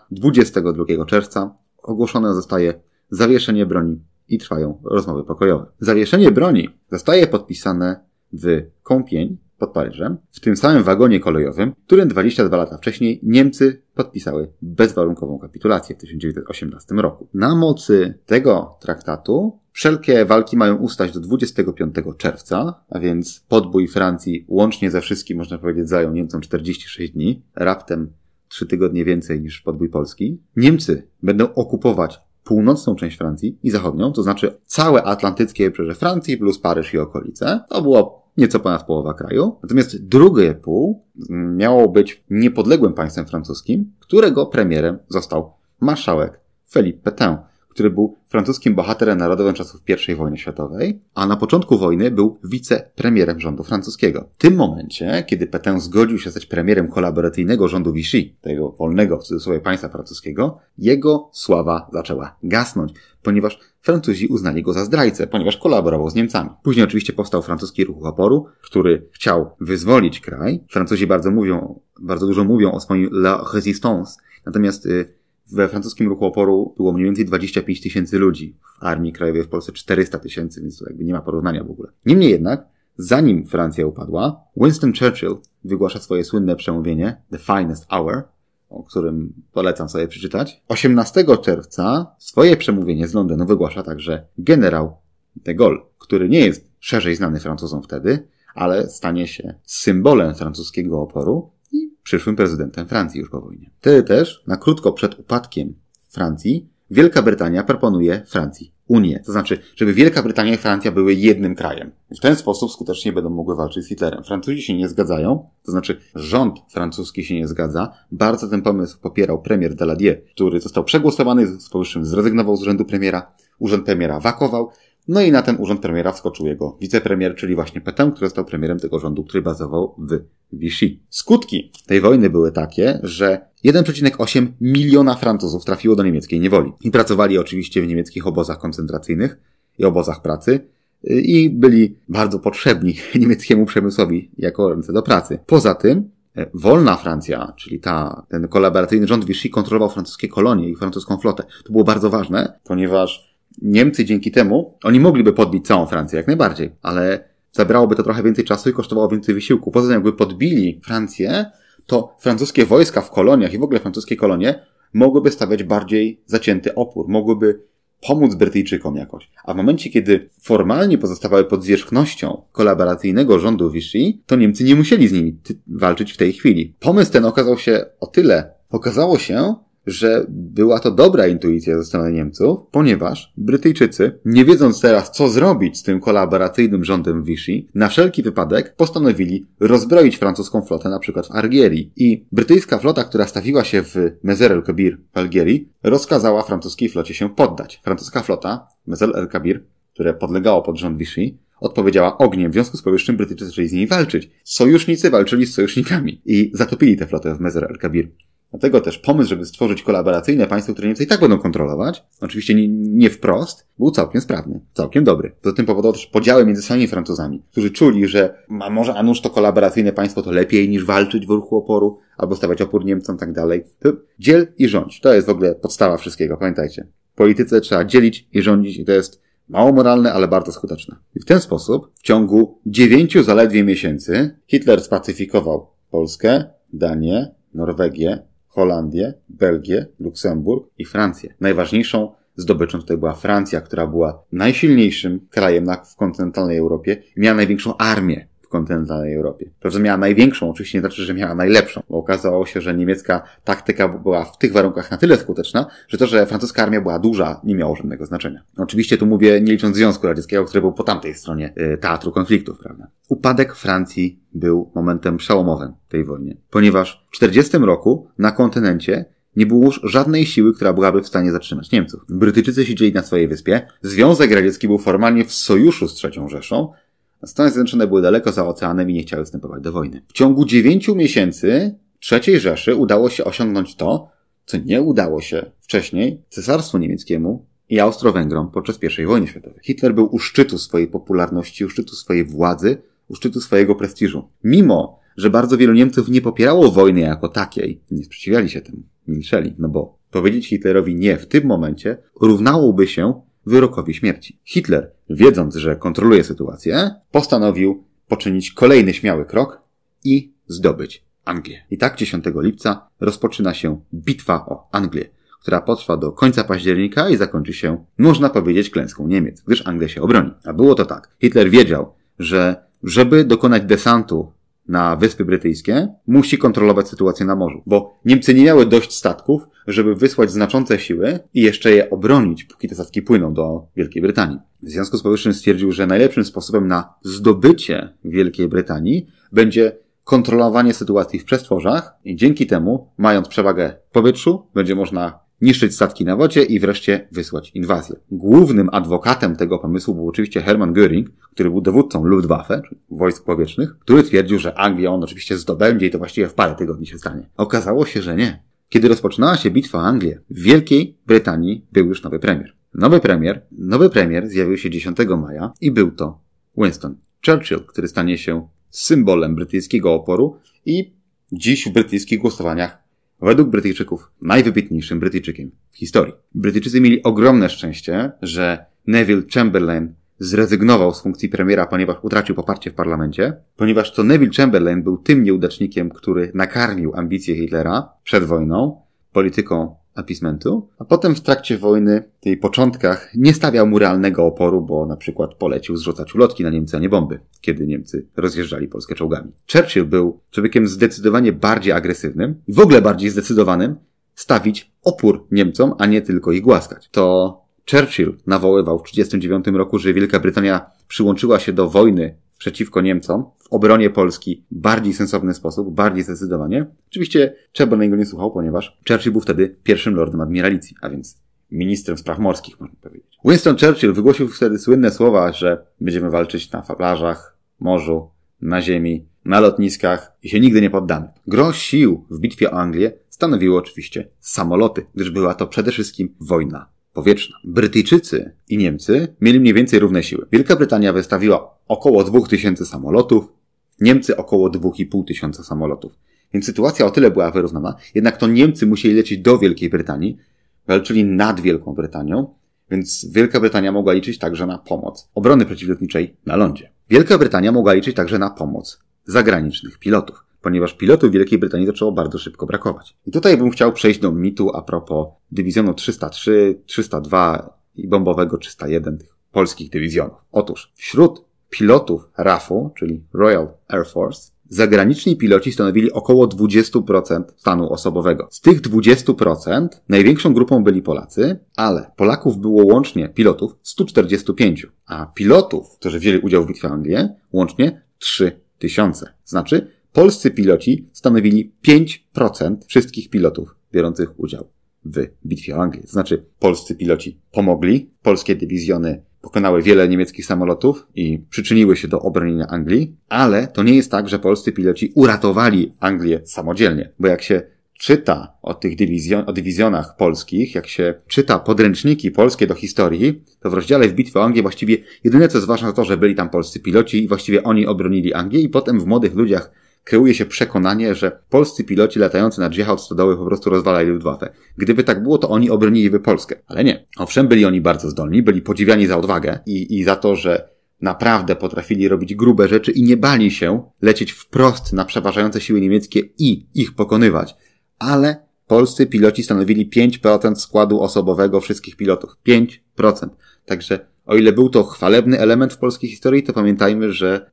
22 czerwca, ogłoszone zostaje zawieszenie broni i trwają rozmowy pokojowe. Zawieszenie broni zostaje podpisane w Compiègne pod Paryżem, w tym samym wagonie kolejowym, w którym 22 lata wcześniej Niemcy podpisały bezwarunkową kapitulację w 1918 roku. Na mocy tego traktatu wszelkie walki mają ustać do 25 czerwca, a więc podbój Francji łącznie ze wszystkim, można powiedzieć, zajął Niemcom 46 dni, raptem 3 tygodnie więcej niż podbój Polski. Niemcy będą okupować północną część Francji i zachodnią, to znaczy całe atlantyckie wybrzeże Francji plus Paryż i okolice. To było nieco ponad połowa kraju. Natomiast drugie pół miało być niepodległym państwem francuskim, którego premierem został marszałek Philippe Pétain, który był francuskim bohaterem narodowym czasów I wojny światowej, a na początku wojny był wicepremierem rządu francuskiego. W tym momencie, kiedy Pétain zgodził się zostać premierem kolaboracyjnego rządu Vichy, tego wolnego w cudzysłowie państwa francuskiego, jego sława zaczęła gasnąć, ponieważ Francuzi uznali go za zdrajcę, ponieważ kolaborował z Niemcami. Później oczywiście powstał francuski ruch oporu, który chciał wyzwolić kraj. Francuzi bardzo dużo mówią o swoim la résistance, natomiast we francuskim ruchu oporu było mniej więcej 25 000 ludzi. W Armii Krajowej w Polsce 400 000, więc to jakby nie ma porównania w ogóle. Niemniej jednak, zanim Francja upadła, Winston Churchill wygłasza swoje słynne przemówienie The Finest Hour, o którym polecam sobie przeczytać. 18 czerwca swoje przemówienie z Londynu wygłasza także generał de Gaulle, który nie jest szerzej znany Francuzom wtedy, ale stanie się symbolem francuskiego oporu i przyszłym prezydentem Francji już po wojnie. Wtedy też, na krótko przed upadkiem Francji, Wielka Brytania proponuje Francji Unię. To znaczy, żeby Wielka Brytania i Francja były jednym krajem. W ten sposób skutecznie będą mogły walczyć z Hitlerem. Francuzi się nie zgadzają, to znaczy rząd francuski się nie zgadza. Bardzo ten pomysł popierał premier Daladier, który został przegłosowany, z powyższym zrezygnował z urzędu premiera, urząd premiera wakował, no i na ten urząd premiera wskoczył jego wicepremier, czyli właśnie Pétain, który został premierem tego rządu, który bazował w Vichy. Skutki tej wojny były takie, że 1,8 miliona Francuzów trafiło do niemieckiej niewoli. I pracowali oczywiście w niemieckich obozach koncentracyjnych i obozach pracy i byli bardzo potrzebni niemieckiemu przemysłowi jako ręce do pracy. Poza tym wolna Francja, czyli ten kolaboracyjny rząd Vichy kontrolował francuskie kolonie i francuską flotę. To było bardzo ważne, ponieważ Niemcy dzięki temu, oni mogliby podbić całą Francję jak najbardziej, ale zabrałoby to trochę więcej czasu i kosztowało więcej wysiłku. Poza tym jakby podbili Francję, to francuskie wojska w koloniach i w ogóle francuskie kolonie mogłyby stawiać bardziej zacięty opór, mogłyby pomóc Brytyjczykom jakoś. A w momencie, kiedy formalnie pozostawały pod zwierzchnością kolaboracyjnego rządu Vichy, to Niemcy nie musieli z nimi walczyć w tej chwili. Pomysł ten okazało się, że była to dobra intuicja ze strony Niemców, ponieważ Brytyjczycy, nie wiedząc teraz co zrobić z tym kolaboracyjnym rządem Vichy, na wszelki wypadek postanowili rozbroić francuską flotę na przykład w Algierii. I brytyjska flota, która stawiła się w Mezer el-Kabir w Algierii, rozkazała francuskiej flocie się poddać. Francuska flota, Mezer el-Kabir, które podlegało pod rząd Vichy, odpowiedziała ogniem, w związku z powyższym Brytyjczycy zaczęli z nimi walczyć. Sojusznicy walczyli z sojusznikami i zatopili tę flotę w Mezer el-Kabir. Dlatego też pomysł, żeby stworzyć kolaboracyjne państwo, które Niemcy i tak będą kontrolować, oczywiście nie wprost, był całkiem sprawny, całkiem dobry. Poza tym powodował też podziały między samymi Francuzami, którzy czuli, że a nuż to kolaboracyjne państwo to lepiej niż walczyć w ruchu oporu, albo stawiać opór Niemcom, tak dalej. Dziel i rządź. To jest w ogóle podstawa wszystkiego, pamiętajcie. W polityce trzeba dzielić i rządzić i to jest mało moralne, ale bardzo skuteczne. I w ten sposób w ciągu 9 zaledwie miesięcy Hitler spacyfikował Polskę, Danię, Norwegię, Holandię, Belgię, Luksemburg i Francję. Najważniejszą zdobyczą tutaj była Francja, która była najsilniejszym krajem w kontynentalnej Europie i miała największą armię w kontynentalnej Europie. To, że miała największą, oczywiście nie znaczy, że miała najlepszą, bo okazało się, że niemiecka taktyka była w tych warunkach na tyle skuteczna, że to, że francuska armia była duża, nie miało żadnego znaczenia. Oczywiście tu mówię nie licząc Związku Radzieckiego, który był po tamtej stronie teatru konfliktów, prawda? Upadek Francji był momentem przełomowym w tej wojnie, ponieważ w 1940 roku na kontynencie nie było już żadnej siły, która byłaby w stanie zatrzymać Niemców. Brytyjczycy siedzieli na swojej wyspie, Związek Radziecki był formalnie w sojuszu z III Rzeszą, a Stany Zjednoczone były daleko za oceanem i nie chciały wstępować do wojny. W ciągu 9 miesięcy III Rzeszy udało się osiągnąć to, co nie udało się wcześniej Cesarstwu Niemieckiemu i Austro-Węgrom podczas I wojny światowej. Hitler był u szczytu swojej popularności, u szczytu swojej władzy, u szczytu swojego prestiżu. Mimo, że bardzo wielu Niemców nie popierało wojny jako takiej, nie sprzeciwiali się temu, milczeli, bo powiedzieć Hitlerowi nie w tym momencie równałoby się wyrokowi śmierci. Hitler, wiedząc, że kontroluje sytuację, postanowił poczynić kolejny śmiały krok i zdobyć Anglię. I tak 10 lipca rozpoczyna się bitwa o Anglię, która potrwa do końca października i zakończy się, można powiedzieć, klęską Niemiec, gdyż Anglia się obroni. A było to tak. Hitler wiedział, że żeby dokonać desantu na Wyspy Brytyjskie, musi kontrolować sytuację na morzu, bo Niemcy nie miały dość statków, żeby wysłać znaczące siły i jeszcze je obronić, póki te statki płyną do Wielkiej Brytanii. W związku z powyższym stwierdził, że najlepszym sposobem na zdobycie Wielkiej Brytanii będzie kontrolowanie sytuacji w przestworzach i dzięki temu, mając przewagę w powietrzu, będzie można niszczyć statki na wodzie i wreszcie wysłać inwazję. Głównym adwokatem tego pomysłu był oczywiście Hermann Göring, który był dowódcą Luftwaffe, czyli wojsk powietrznych, który twierdził, że Anglię on oczywiście zdobędzie i to właściwie w parę tygodni się stanie. Okazało się, że nie. Kiedy rozpoczynała się bitwa o Anglię, w Wielkiej Brytanii był już nowy premier. Nowy premier zjawił się 10 maja i był to Winston Churchill, który stanie się symbolem brytyjskiego oporu i dziś w brytyjskich głosowaniach według Brytyjczyków najwybitniejszym Brytyjczykiem w historii. Brytyjczycy mieli ogromne szczęście, że Neville Chamberlain zrezygnował z funkcji premiera, ponieważ utracił poparcie w parlamencie, ponieważ to Neville Chamberlain był tym nieudacznikiem, który nakarmił ambicje Hitlera przed wojną, polityką appeasementu, a potem w trakcie wojny, w jej początkach, nie stawiał mu realnego oporu, bo na przykład polecił zrzucać ulotki na Niemcy, a nie bomby, kiedy Niemcy rozjeżdżali Polskę czołgami. Churchill był człowiekiem zdecydowanie bardziej agresywnym i w ogóle bardziej zdecydowanym stawić opór Niemcom, a nie tylko ich głaskać. To Churchill nawoływał w 1939 roku, że Wielka Brytania przyłączyła się do wojny przeciwko Niemcom w obronie Polski w bardziej sensowny sposób, bardziej zdecydowanie. Oczywiście Churchill na niego nie słuchał, ponieważ Churchill był wtedy pierwszym lordem admiralicji, a więc ministrem spraw morskich, można powiedzieć. Winston Churchill wygłosił wtedy słynne słowa, że będziemy walczyć na plażach, morzu, na ziemi, na lotniskach i się nigdy nie poddamy. Gros sił w bitwie o Anglię stanowiły oczywiście samoloty, gdyż była to przede wszystkim wojna powietrzna. Brytyjczycy i Niemcy mieli mniej więcej równe siły. Wielka Brytania wystawiła około 2000 samolotów, Niemcy około 2500 samolotów. Więc sytuacja o tyle była wyrównana, jednak to Niemcy musieli lecieć do Wielkiej Brytanii, walczyli nad Wielką Brytanią, więc Wielka Brytania mogła liczyć także na pomoc obrony przeciwlotniczej na lądzie. Wielka Brytania mogła liczyć także na pomoc zagranicznych pilotów, ponieważ pilotów w Wielkiej Brytanii zaczęło bardzo szybko brakować. I tutaj bym chciał przejść do mitu a propos dywizjonu 303, 302 i bombowego 301 tych polskich dywizjonów. Otóż wśród pilotów RAF-u, czyli Royal Air Force, zagraniczni piloci stanowili około 20% stanu osobowego. Z tych 20% największą grupą byli Polacy, ale Polaków było łącznie pilotów 145, a pilotów, którzy wzięli udział w bitwie o Anglię, łącznie 3000. Znaczy, polscy piloci stanowili 5% wszystkich pilotów biorących udział w bitwie o Anglię. Znaczy, polscy piloci pomogli, polskie dywizjony pokonały wiele niemieckich samolotów i przyczyniły się do obronienia Anglii, ale to nie jest tak, że polscy piloci uratowali Anglię samodzielnie, bo jak się czyta o tych dywizjonach polskich, jak się czyta podręczniki polskie do historii, to w rozdziale w bitwie o Anglię właściwie jedyne co jest ważne to to, że byli tam polscy piloci i właściwie oni obronili Anglię i potem w młodych ludziach kreuje się przekonanie, że polscy piloci latający nad Jechał Stodoły po prostu rozwalali Luftwaffe. Gdyby tak było, to oni obroniliby Polskę. Ale nie. Owszem, byli oni bardzo zdolni, byli podziwiani za odwagę i za to, że naprawdę potrafili robić grube rzeczy i nie bali się lecieć wprost na przeważające siły niemieckie i ich pokonywać. Ale polscy piloci stanowili 5% składu osobowego wszystkich pilotów. 5%. Także o ile był to chwalebny element w polskiej historii, to pamiętajmy, że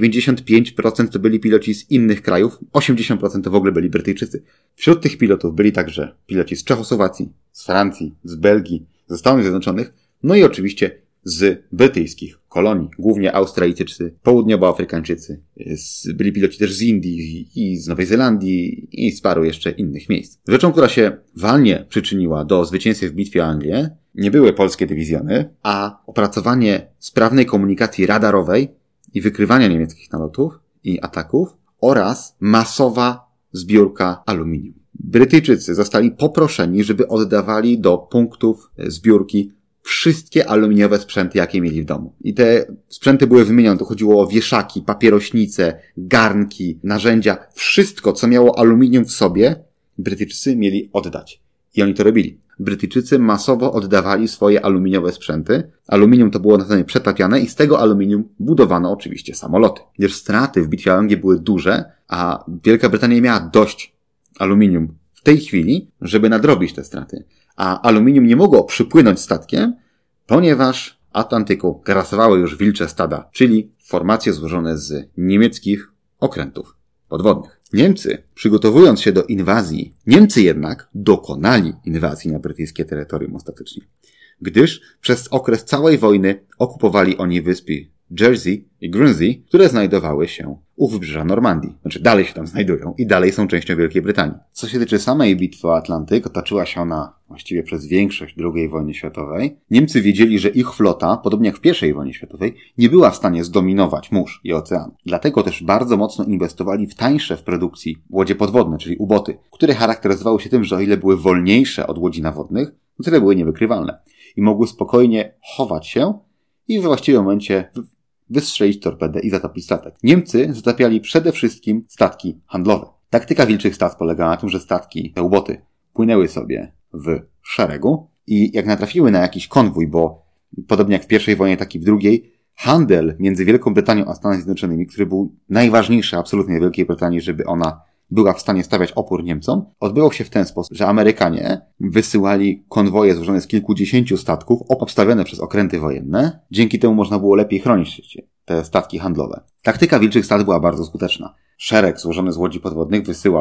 95% to byli piloci z innych krajów, 80% to w ogóle byli Brytyjczycy. Wśród tych pilotów byli także piloci z Czechosłowacji, z Francji, z Belgii, ze Stanów Zjednoczonych, no i oczywiście z brytyjskich kolonii, głównie Australijczycy, Południowoafrykańczycy, byli piloci też z Indii i z Nowej Zelandii i z paru jeszcze innych miejsc. Rzeczą, która się walnie przyczyniła do zwycięstwa w bitwie o Anglię, nie były polskie dywizjony, a opracowanie sprawnej komunikacji radarowej i wykrywania niemieckich nalotów i ataków oraz masowa zbiórka aluminium. Brytyjczycy zostali poproszeni, żeby oddawali do punktów zbiórki wszystkie aluminiowe sprzęty, jakie mieli w domu. I te sprzęty były wymienione. To chodziło o wieszaki, papierośnice, garnki, narzędzia. Wszystko, co miało aluminium w sobie, Brytyjczycy mieli oddać. I oni to robili. Brytyjczycy masowo oddawali swoje aluminiowe sprzęty. Aluminium to było następnie przetapiane i z tego aluminium budowano oczywiście samoloty. Gdyż straty w bitwie o Anglię były duże, a Wielka Brytania miała dość aluminium w tej chwili, żeby nadrobić te straty. A aluminium nie mogło przypłynąć statkiem, ponieważ Atlantyku grasowały już wilcze stada, czyli formacje złożone z niemieckich okrętów podwodnych. Niemcy, przygotowując się do inwazji, Niemcy jednak dokonali inwazji na brytyjskie terytorium ostatecznie, gdyż przez okres całej wojny okupowali oni wyspy Jersey i Guernsey, które znajdowały się u wybrzeża Normandii. Znaczy dalej się tam znajdują i dalej są częścią Wielkiej Brytanii. Co się tyczy samej bitwy o Atlantyk, toczyła się ona właściwie przez większość II wojny światowej. Niemcy wiedzieli, że ich flota, podobnie jak w I wojnie światowej, nie była w stanie zdominować mórz i oceanu. Dlatego też bardzo mocno inwestowali w tańsze w produkcji łodzie podwodne, czyli uboty, które charakteryzowały się tym, że o ile były wolniejsze od łodzi nawodnych, to tyle były niewykrywalne i mogły spokojnie chować się i we właściwym momencie wystrzelić torpedę i zatopić statek. Niemcy zatapiali przede wszystkim statki handlowe. Taktyka wilczych stad polegała na tym, że statki, te uboty, płynęły sobie w szeregu i jak natrafiły na jakiś konwój, bo podobnie jak w I wojnie, tak i w II, handel między Wielką Brytanią a Stanami Zjednoczonymi, który był najważniejszy absolutnie w Wielkiej Brytanii, żeby ona była w stanie stawiać opór Niemcom, odbywał się w ten sposób, że Amerykanie wysyłali konwoje złożone z kilkudziesięciu statków obstawione przez okręty wojenne. Dzięki temu można było lepiej chronić te statki handlowe. Taktyka wilczych stad była bardzo skuteczna. Szereg złożony z łodzi podwodnych wysyłał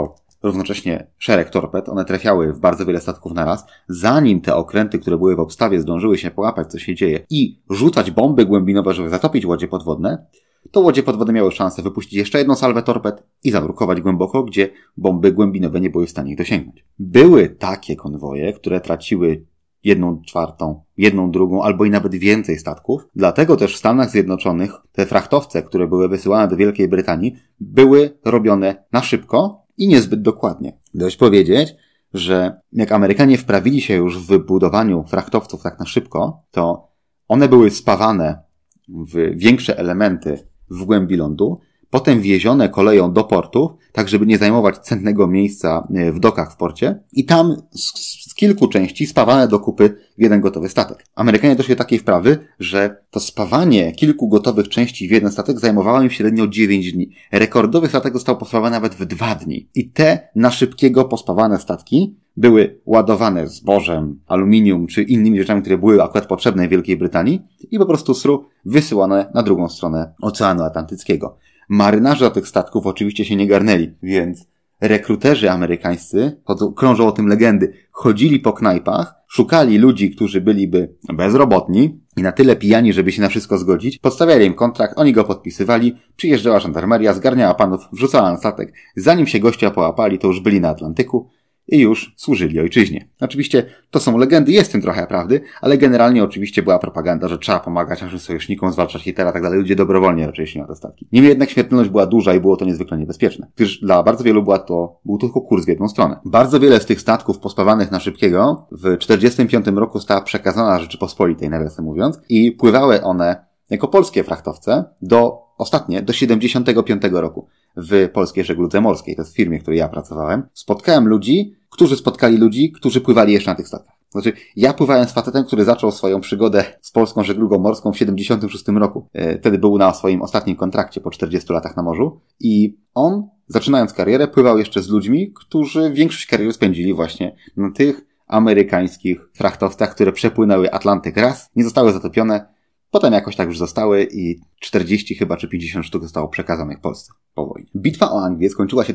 równocześnie szereg torped. One trafiały w bardzo wiele statków naraz. Zanim te okręty, które były w obstawie, zdążyły się połapać, co się dzieje i rzucać bomby głębinowe, żeby zatopić łodzie podwodne, to łodzie podwodne miały szansę wypuścić jeszcze jedną salwę torped i zanurkować głęboko, gdzie bomby głębinowe nie były w stanie ich dosięgnąć. Były takie konwoje, które traciły 1/4, 1/2 albo i nawet więcej statków. Dlatego też w Stanach Zjednoczonych te frachtowce, które były wysyłane do Wielkiej Brytanii, były robione na szybko i niezbyt dokładnie. Dość powiedzieć, że jak Amerykanie wprawili się już w budowaniu frachtowców tak na szybko, to one były spawane w większe elementy w głębi lądu, potem wiezione koleją do portów, tak żeby nie zajmować cennego miejsca w dokach w porcie i tam z kilku części spawane do kupy w jeden gotowy statek. Amerykanie doszli do takiej wprawy, że to spawanie kilku gotowych części w jeden statek zajmowało im średnio 9 dni. Rekordowy statek został pospawany nawet w 2 dni. I te na szybkiego pospawane statki były ładowane zbożem, aluminium czy innymi rzeczami, które były akurat potrzebne Wielkiej Brytanii i po prostu wysyłane na drugą stronę Oceanu Atlantyckiego. Marynarze tych statków oczywiście się nie garnęli, więc rekruterzy amerykańscy, krążą o tym legendy, chodzili po knajpach, szukali ludzi, którzy byliby bezrobotni i na tyle pijani, żeby się na wszystko zgodzić, podstawiali im kontrakt, oni go podpisywali, przyjeżdżała żandarmeria, zgarniała panów, wrzucała na statek. Zanim się gościa połapali, to już byli na Atlantyku i już służyli ojczyźnie. Oczywiście to są legendy, jest w tym trochę prawdy, ale generalnie oczywiście była propaganda, że trzeba pomagać naszym sojusznikom, zwalczać Hitlera, tak dalej. Ludzie dobrowolnie raczej szli na te statki. Niemniej jednak śmiertelność była duża i było to niezwykle niebezpieczne, gdyż dla bardzo wielu był tylko kurs w jedną stronę. Bardzo wiele z tych statków pospawanych na szybkiego w 1945 roku została przekazana Rzeczypospolitej, nawiasem mówiąc, i pływały one jako polskie frachtowce do 1975 roku w Polskiej Żegludze Morskiej. To jest w firmie, w której ja pracowałem. Spotkałem ludzi, którzy spotkali ludzi, którzy pływali jeszcze na tych statkach. Znaczy, ja pływałem z facetem, który zaczął swoją przygodę z polską żeglugą morską w 76 roku. Wtedy był na swoim ostatnim kontrakcie po 40 latach na morzu i on, zaczynając karierę, pływał jeszcze z ludźmi, którzy większość kariery spędzili właśnie na tych amerykańskich frachtowcach, które przepłynęły Atlantyk raz, nie zostały zatopione. Potem jakoś tak już zostały i 40 chyba czy 50 sztuk zostało przekazanych Polsce po wojnie. Bitwa o Anglię skończyła się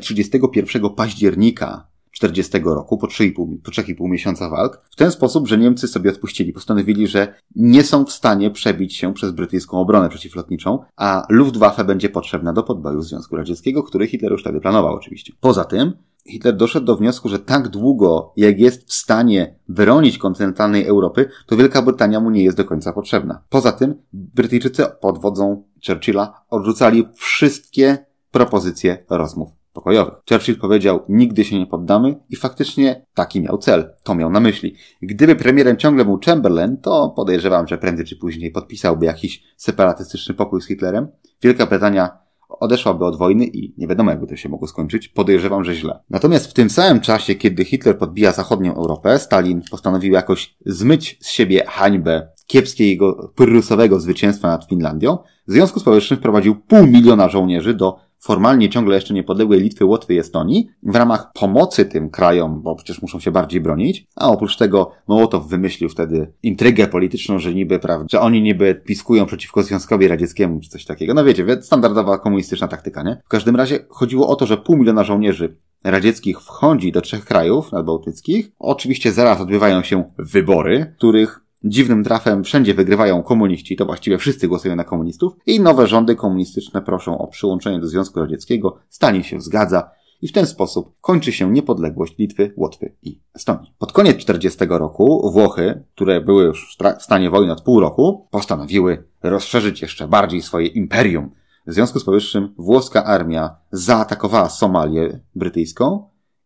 31 października 40 roku, po 3,5 miesiąca walk, w ten sposób, że Niemcy sobie odpuścili. Postanowili, że nie są w stanie przebić się przez brytyjską obronę przeciwlotniczą, a Luftwaffe będzie potrzebna do podboju Związku Radzieckiego, który Hitler już wtedy planował oczywiście. Poza tym Hitler doszedł do wniosku, że tak długo, jak jest w stanie bronić kontynentalnej Europy, to Wielka Brytania mu nie jest do końca potrzebna. Poza tym Brytyjczycy pod wodzą Churchilla odrzucali wszystkie propozycje rozmów pokojowych. Churchill powiedział, nigdy się nie poddamy i faktycznie taki miał cel. To miał na myśli. Gdyby premierem ciągle był Chamberlain, to podejrzewam, że prędzej czy później podpisałby jakiś separatystyczny pokój z Hitlerem. Wielka Brytania odeszłaby od wojny i nie wiadomo, jakby to się mogło skończyć. Podejrzewam, że źle. Natomiast w tym samym czasie, kiedy Hitler podbija zachodnią Europę, Stalin postanowił jakoś zmyć z siebie hańbę kiepskiego pyrrusowego zwycięstwa nad Finlandią. W związku z powyższym wprowadził 500 000 żołnierzy do formalnie ciągle jeszcze niepodległej Litwy, Łotwy i Estonii w ramach pomocy tym krajom, bo przecież muszą się bardziej bronić, a oprócz tego Mołotow wymyślił wtedy intrygę polityczną, że że oni niby piskują przeciwko Związkowi Radzieckiemu, czy coś takiego. No wiecie, standardowa komunistyczna taktyka, nie? W każdym razie chodziło o to, że 500 000 żołnierzy radzieckich wchodzi do 3 krajów nadbałtyckich. Oczywiście zaraz odbywają się wybory, których dziwnym trafem wszędzie wygrywają komuniści, to właściwie wszyscy głosują na komunistów i nowe rządy komunistyczne proszą o przyłączenie do Związku Radzieckiego, Stalin się zgadza i w ten sposób kończy się niepodległość Litwy, Łotwy i Estonii. Pod koniec 40 roku Włochy, które były już w stanie wojny od pół roku, postanowiły rozszerzyć jeszcze bardziej swoje imperium. W związku z powyższym włoska armia zaatakowała Somalię brytyjską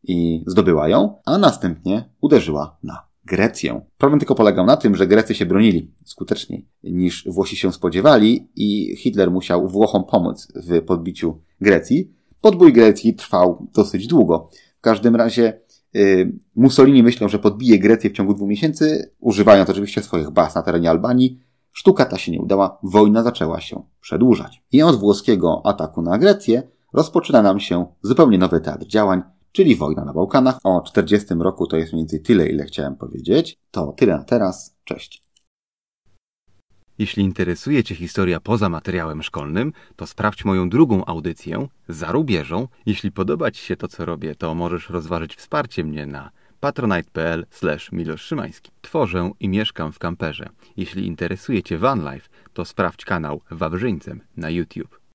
i zdobyła ją, a następnie uderzyła na Grecję. Problem tylko polegał na tym, że Grecy się bronili skuteczniej niż Włosi się spodziewali i Hitler musiał Włochom pomóc w podbiciu Grecji. Podbój Grecji trwał dosyć długo. W każdym razie Mussolini myślał, że podbije Grecję w ciągu 2 miesięcy, używając oczywiście swoich baz na terenie Albanii. Sztuka ta się nie udała, wojna zaczęła się przedłużać. I od włoskiego ataku na Grecję rozpoczyna nam się zupełnie nowy teatr działań, czyli wojna na Bałkanach. O 40 roku to jest mniej więcej tyle, ile chciałem powiedzieć. To tyle na teraz. Cześć. Jeśli interesuje Cię historia poza materiałem szkolnym, to sprawdź moją drugą audycję Za rubieżą. Jeśli podoba Ci się to, co robię, to możesz rozważyć wsparcie mnie na patronite.pl/Milosz Szymański. Tworzę i mieszkam w kamperze. Jeśli interesuje Cię van life, to sprawdź kanał Wawrzyńcem na YouTube.